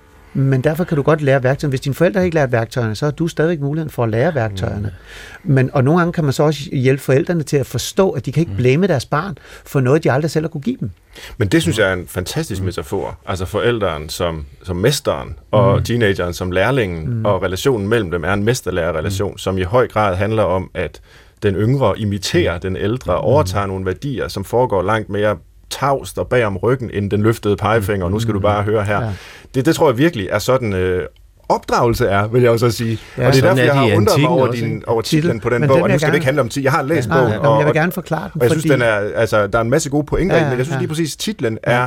Men derfor kan du godt lære værktøjerne. Hvis dine forældre ikke lært værktøjerne, så har du stadigvæk muligheden for at lære værktøjerne. Og nogle gange kan man så også hjælpe forældrene til at forstå, at de kan ikke blame deres barn for noget, de aldrig selv har kunne give dem. Men det synes jeg er en fantastisk metafor. Altså forældren som mesteren, og teenageren som lærlingen, og relationen mellem dem er en mesterlærerrelation, som i høj grad handler om, at den yngre imiterer den ældre, overtager nogle værdier, som foregår langt mere tavst og bag om ryggen, end den løftede pegefinger, og nu skal du bare høre her. Ja. Det tror jeg virkelig er sådan opdragelse er, vil jeg også sige. Ja, og det er derfor, jeg har undret mig over titlen på den bog, og nu skal det ikke handle om jeg har læst bogen, og jeg vil gerne forklare den. Og jeg synes, den er, altså, der er en masse gode pointer i, men jeg synes lige præcis, titlen er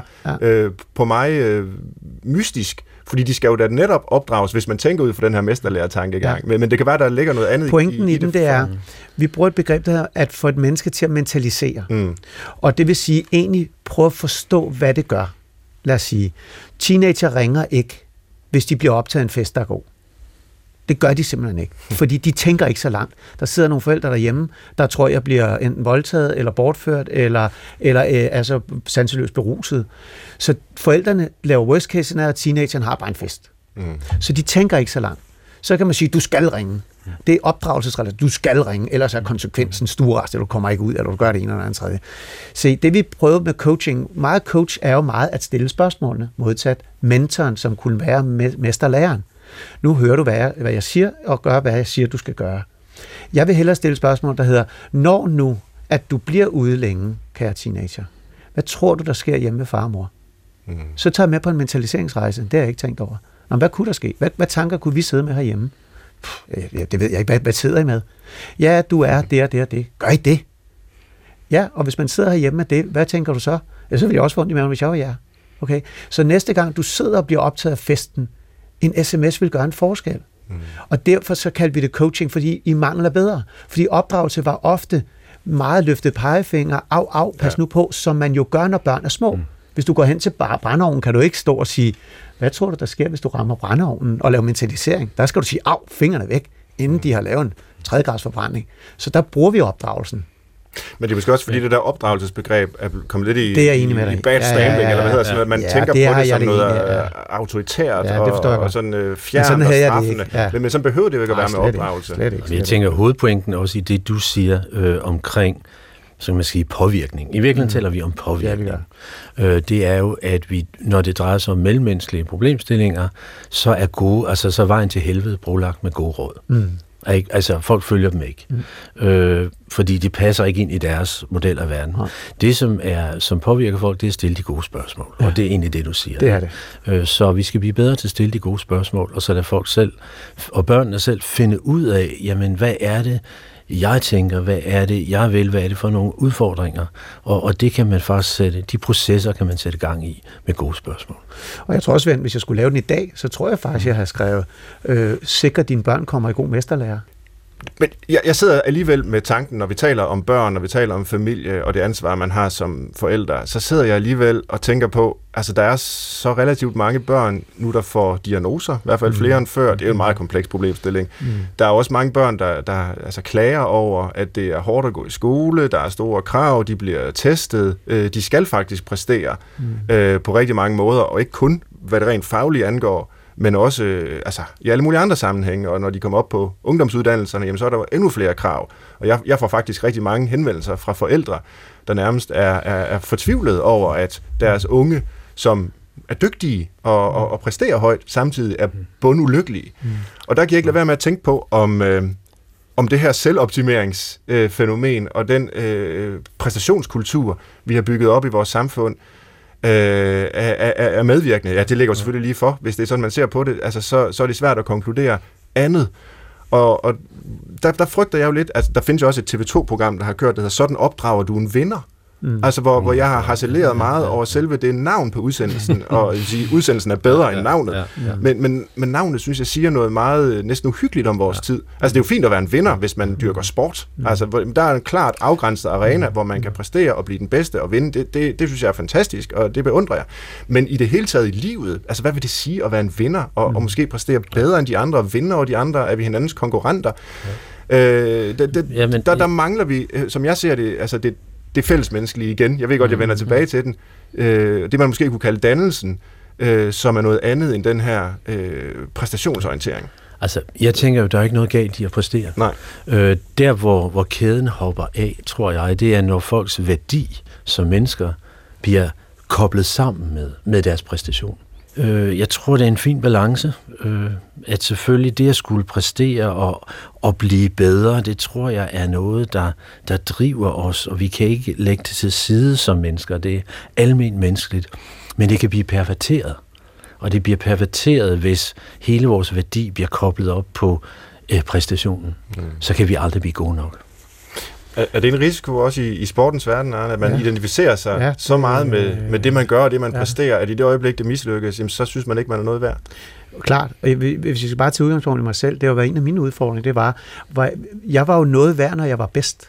på mig mystisk, fordi de skal jo da netop opdrages, hvis man tænker ud fra den her mesterlærer-tankegang. Ja. Men det kan være, der ligger noget andet Pointen i den, det er, vi bruger et begreb, der hedder, at få et menneske til at mentalisere. Og det vil sige, egentlig prøve at forstå, hvad det gør. Lad os sige, teenager ringer ikke, hvis de bliver optaget en fest, der er god. Det gør de simpelthen ikke, fordi de tænker ikke så langt. Der sidder nogle forældre derhjemme, der tror, jeg bliver enten voldtaget, eller bortført, eller altså sanseløst beruset. Så forældrene laver worst case scenario, og teenageren har bare en fest. Så de tænker ikke så langt. Så kan man sige, du skal ringe. Det er opdragelsesrelateret. Du skal ringe, ellers er konsekvensen stuerest, eller du kommer ikke ud, eller du gør det ene eller andet tredje. Se, det vi prøver med coaching, meget coach er jo meget at stille spørgsmålene, modsat mentoren, som kunne være mesterlæreren. Nu hører du, hvad jeg siger, og gør, hvad jeg siger, du skal gøre. Jeg vil hellere stille spørgsmål, der hedder, når nu, at du bliver ude længe, kære teenager, hvad tror du, der sker hjemme med far og mor? Så tager jeg med på en mentaliseringsrejse. Det har jeg ikke tænkt over. Nå, hvad kunne der ske? Hvad tanker kunne vi sidde med herhjemme? Det ved jeg ikke. Hvad sidder I med? Ja, du er det og det og det. Gør I det? Ja, og hvis man sidder herhjemme med det, hvad tænker du så? Ja, så vil jeg også få ondt i maven, hvis jeg var jer. Okay? Så næste gang du sidder og bliver optaget af festen, en sms vil gøre en forskel. Og derfor så kaldte vi det coaching, fordi I mangler bedre. Fordi opdragelse var ofte meget løftet pegefinger, pas nu på, som man jo gør, når børn er små. Hvis du går hen til brændeovnen, kan du ikke stå og sige, hvad tror du, der sker, hvis du rammer brændeovnen og laver mentalisering? Der skal du sige, fingrene væk, inden de har lavet en 3. grads forbrænding. Så der bruger vi opdragelsen. Men det er måske også, fordi det der opdragelsesbegreb er kommet lidt i bad standing, eller hvad hedder sådan noget, man tænker på det som noget autoritært og sådan fjernt og straffende. Men sådan behøver det jo ikke at være med opdragelse. Men jeg tænker, hovedpointen også i det, du siger omkring, så kan man sige, påvirkning. I virkeligheden taler vi om påvirkning. Det er jo, at vi, når det drejer sig om mellemmenneskelige problemstillinger, så er så vejen til helvede brolagt med gode råd. Altså, folk følger dem ikke. Fordi de passer ikke ind i deres model af verden. Det, som påvirker folk, det er at stille de gode spørgsmål. Og det er egentlig det, du siger. Det er det. Så vi skal blive bedre til at stille de gode spørgsmål, og så lade folk selv, og børnene selv, finde ud af, jamen, hvad er det, Jeg tænker, hvad er det, jeg vil, hvad er det for nogle udfordringer, og det kan man faktisk de processer kan man sætte gang i med gode spørgsmål. Og jeg tror også, hvis jeg skulle lave den i dag, så tror jeg faktisk, jeg har skrevet, sikre dine børn kommer i god mesterlærer. Men jeg sidder alligevel med tanken, når vi taler om børn, når vi taler om familie og det ansvar, man har som forældre, så sidder jeg alligevel og tænker på, altså der er så relativt mange børn nu, der får diagnoser, i hvert fald flere end før. Det er jo en meget kompleks problemstilling. Der er også mange børn, der altså klager over, at det er hårdt at gå i skole, der er store krav, de bliver testet, de skal faktisk præstere på rigtig mange måder, og ikke kun, hvad det rent faglige angår, men også i alle mulige andre sammenhænge, og når de kommer op på ungdomsuddannelserne, jamen, så er der endnu flere krav. Og jeg får faktisk rigtig mange henvendelser fra forældre, der nærmest er fortvivlet over, at deres unge, som er dygtige og præsterer højt, samtidig er bundulykkelige. Og der kan jeg ikke lade være med at tænke på, om det her selvoptimeringsfænomen og den præstationskultur, vi har bygget op i vores samfund, er medvirkende. Ja, det ligger jo selvfølgelig lige for, hvis det er sådan, man ser på det. Altså, så er det svært at konkludere andet. Og der frygter jeg jo lidt, altså der findes jo også et TV2-program, der har kørt, der hedder Sådan opdrager du en vinder. Altså, hvor jeg har harceleret meget over selve det navn på udsendelsen, og udsendelsen er bedre end navnet. Men navnet, synes jeg, siger noget meget næsten uhyggeligt om vores tid. Altså, det er jo fint at være en vinder, hvis man dyrker sport. Altså, der er en klart afgrænset arena, hvor man kan præstere og blive den bedste og vinde. Det synes jeg er fantastisk, og det beundrer jeg. Men i det hele taget i livet, altså, hvad vil det sige at være en vinder, og måske præstere bedre end de andre, og vinde over de andre, er vi hinandens konkurrenter? Der mangler vi, som jeg ser det, altså det fællesmenneskelige igen. Jeg ved godt, jeg vender tilbage til den. Det man måske kunne kalde dannelsen, som er noget andet end den her præstationsorientering. Altså, jeg tænker jo, der er ikke noget galt i at præstere. Nej. Der, hvor kæden hopper af, tror jeg, det er, når folks værdi som mennesker bliver koblet sammen med deres præstation. Jeg tror, det er en fin balance, at selvfølgelig det at skulle præstere og blive bedre, det tror jeg er noget, der driver os, og vi kan ikke lægge det til side som mennesker. Det er alment menneskeligt, men det kan blive perverteret. Og det bliver perverteret, hvis hele vores værdi bliver koblet op på præstationen. Så kan vi aldrig blive gode nok. Er det en risiko også i sportens verden, Arne, at man identificerer sig så meget med det, man gør, og det, man præsterer, at i det øjeblik, det mislykkes, jamen, så synes man ikke, man er noget værd? Klart. Hvis jeg skal bare tage udgangspunkt i mig selv, det har været en af mine udfordringer, det var, jeg var jo noget værd, når jeg var bedst.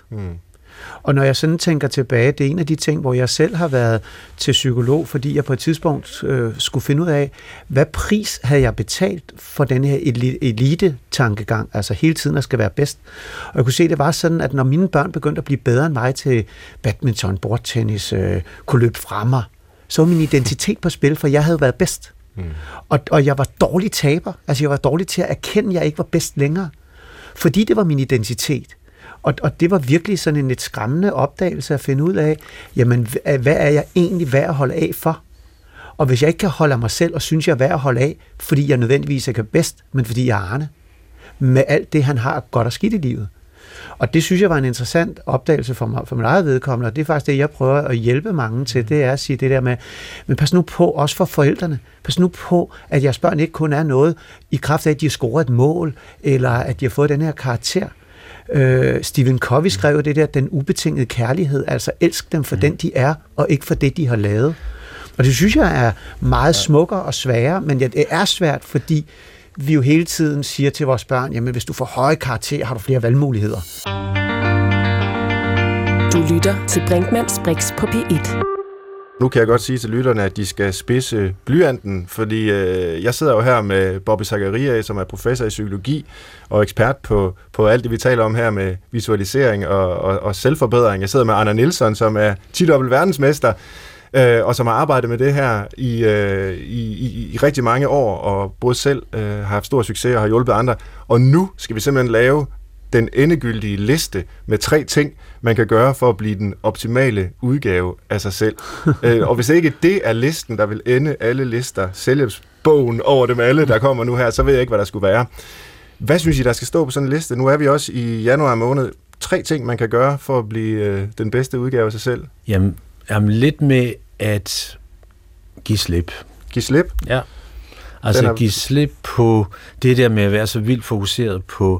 Og når jeg sådan tænker tilbage, det er en af de ting, hvor jeg selv har været til psykolog, fordi jeg på et tidspunkt skulle finde ud af, hvad pris havde jeg betalt for den her elite-tankegang, altså hele tiden at skal være bedst. Og jeg kunne se, det var sådan, at når mine børn begyndte at blive bedre end mig til badminton, bordtennis, kunne løbe fra mig, så var min identitet på spil, for jeg havde været bedst. Og jeg var dårlig taber, altså jeg var dårlig til at erkende, at jeg ikke var bedst længere, fordi det var min identitet. Og det var virkelig sådan en lidt skræmmende opdagelse at finde ud af, jamen, hvad er jeg egentlig værd at holde af for? Og hvis jeg ikke kan holde af mig selv, og synes jeg er værd at holde af, fordi jeg nødvendigvis ikke er bedst, men fordi jeg er Arne, med alt det, han har godt og skidt i livet. Og det synes jeg var en interessant opdagelse for mit eget vedkommende, og det er faktisk det, jeg prøver at hjælpe mange til, det er at sige det der med, men pas nu på, også for forældrene, pas nu på, at jeres børn ikke kun er noget i kraft af, at de har scoret et mål, eller at de har fået den her karakter. Stephen Covey skrev det der, den ubetingede kærlighed, altså elsk dem for den de er, og ikke for det de har lavet. Og det synes jeg er meget smukkere og sværere, men det er svært, fordi vi jo hele tiden siger til vores børn, jamen hvis du får høje karakterer, har du flere valgmuligheder. Du lytter til Brinkmanns Brix på P1. Nu kan jeg godt sige til lytterne, at de skal spidse blyanten, fordi jeg sidder jo her med Bobby Zachariae, som er professor i psykologi og ekspert på alt det, vi taler om her med visualisering og selvforbedring. Jeg sidder med Anna Nielsen, som er 10-dobbelt verdensmester, og som har arbejdet med det her i rigtig mange år, og både selv har haft stor succes og har hjulpet andre. Og nu skal vi simpelthen lave den endegyldige liste med 3 ting, man kan gøre for at blive den optimale udgave af sig selv. Og hvis ikke det er listen, der vil ende alle lister, selvhjælpsbogen over dem alle, der kommer nu her, så ved jeg ikke, hvad der skulle være. Hvad synes I, der skal stå på sådan en liste? Nu er vi også i januar måned. 3 ting, man kan gøre for at blive den bedste udgave af sig selv. Jamen lidt med at give slip. Give slip? Ja. Altså give slip på det der med at være så vildt fokuseret på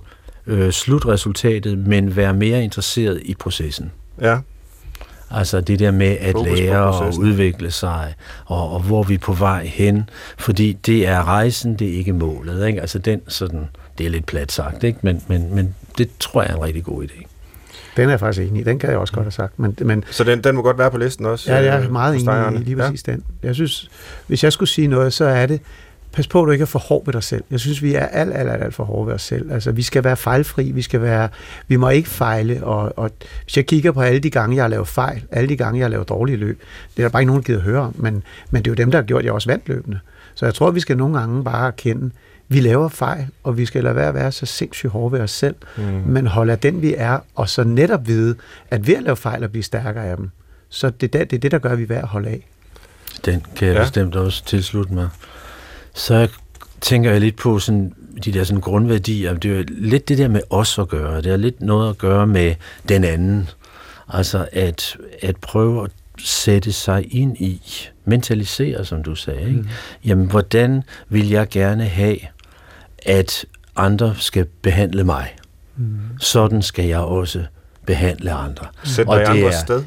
slutresultatet, men være mere interesseret i processen. Ja. Altså det der med at lære og udvikle sig, og hvor vi er på vej hen, fordi det er rejsen, det er ikke målet. Ikke? Altså den sådan, det er lidt plat sagt, ikke? Men det tror jeg er en rigtig god idé. Den er jeg faktisk enig i. Den kan jeg også godt have sagt. Men så den må godt være på listen også? Ja, jeg er meget enig i lige præcis den. Jeg synes, hvis jeg skulle sige noget, så er det, pas på, at du ikke er for hård ved dig selv. Jeg synes, vi er alt for hårde ved os selv. Altså, vi skal være fejlfri, vi må ikke fejle, og hvis jeg kigger på alle de gange, jeg har lavet fejl, alle de gange, jeg har lavet dårlige løb, det er der bare ikke nogen, der gider høre om, men det er jo dem, der har gjort, at jeg også vandt løbende. Så jeg tror, vi skal nogle gange bare erkende, vi laver fejl, og vi skal lade være så sindssygt hårde ved os selv, men holde af den, vi er, og så netop vide, at ved at lave fejl og blive stærkere af dem, så det er det, der gør, at vi er værd at holde af. Den kan jeg bestemt også tilslutte mig. Så tænker jeg lidt på sådan, de der sådan grundværdier. Det er jo lidt det der med os at gøre. Det er lidt noget at gøre med den anden. Altså at prøve at sætte sig ind i, mentalisere, som du sagde. Ikke? Jamen, hvordan vil jeg gerne have, at andre skal behandle mig? Sådan skal jeg også behandle andre. Sæt dig i andres sted?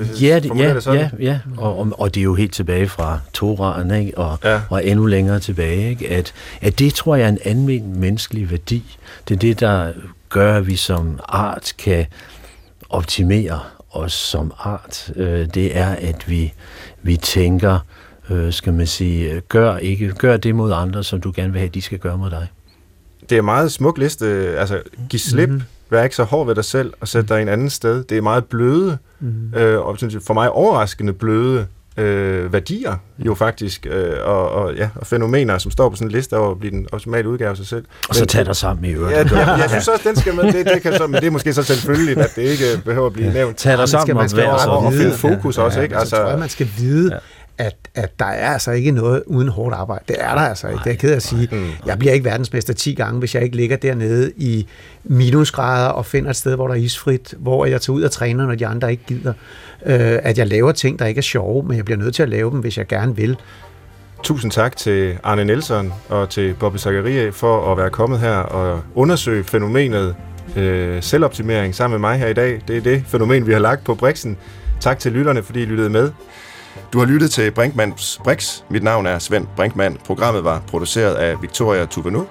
Ja. Og det er jo helt tilbage fra Toraen, ikke? Og endnu længere tilbage. Ikke? At det, tror jeg, er en almen menneskelig værdi. Det er det, der gør, at vi som art kan optimere os som art. Det er, at vi tænker, skal man sige, gør det mod andre, som du gerne vil have, de skal gøre mod dig. Det er en meget smuk liste. Altså, giv slip. Vær ikke så hård ved dig selv, og sæt dig i en anden sted. Det er meget bløde, og for mig overraskende bløde værdier, jo faktisk, og fænomener, som står på sådan en liste over at blive den optimale udgave af sig selv. Og så tag dig sammen i øvrigt. Jeg synes også, den skal med. Det kan så, men det er måske så selvfølgeligt, at det ikke behøver at blive nævnt. Tag dig sammen og finde fokus også, ikke? Altså, tror jeg, man skal vide, at der er altså ikke noget uden hårdt arbejde. Det er der altså ikke. Det er jeg ked af at sige. Jeg bliver ikke verdensmester 10 gange, hvis jeg ikke ligger dernede i minusgrader og finder et sted, hvor der er isfrit, hvor jeg tager ud og træner, når de andre ikke gider. At jeg laver ting, der ikke er sjove, men jeg bliver nødt til at lave dem, hvis jeg gerne vil. Tusind tak til Arne Nielsen og til Bobby Zachariae for at være kommet her og undersøge fænomenet selvoptimering sammen med mig her i dag. Det er det fænomen, vi har lagt på Brixen. Tak til lytterne, fordi I lyttede med. Du har lyttet til Brinkmanns Brix. Mit navn er Svend Brinkmann. Programmet var produceret af Victoria Tuvenu.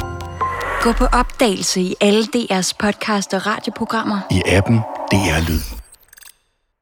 Gå på opdagelse i alle DR's podcast og radioprogrammer. I appen DR Lyd.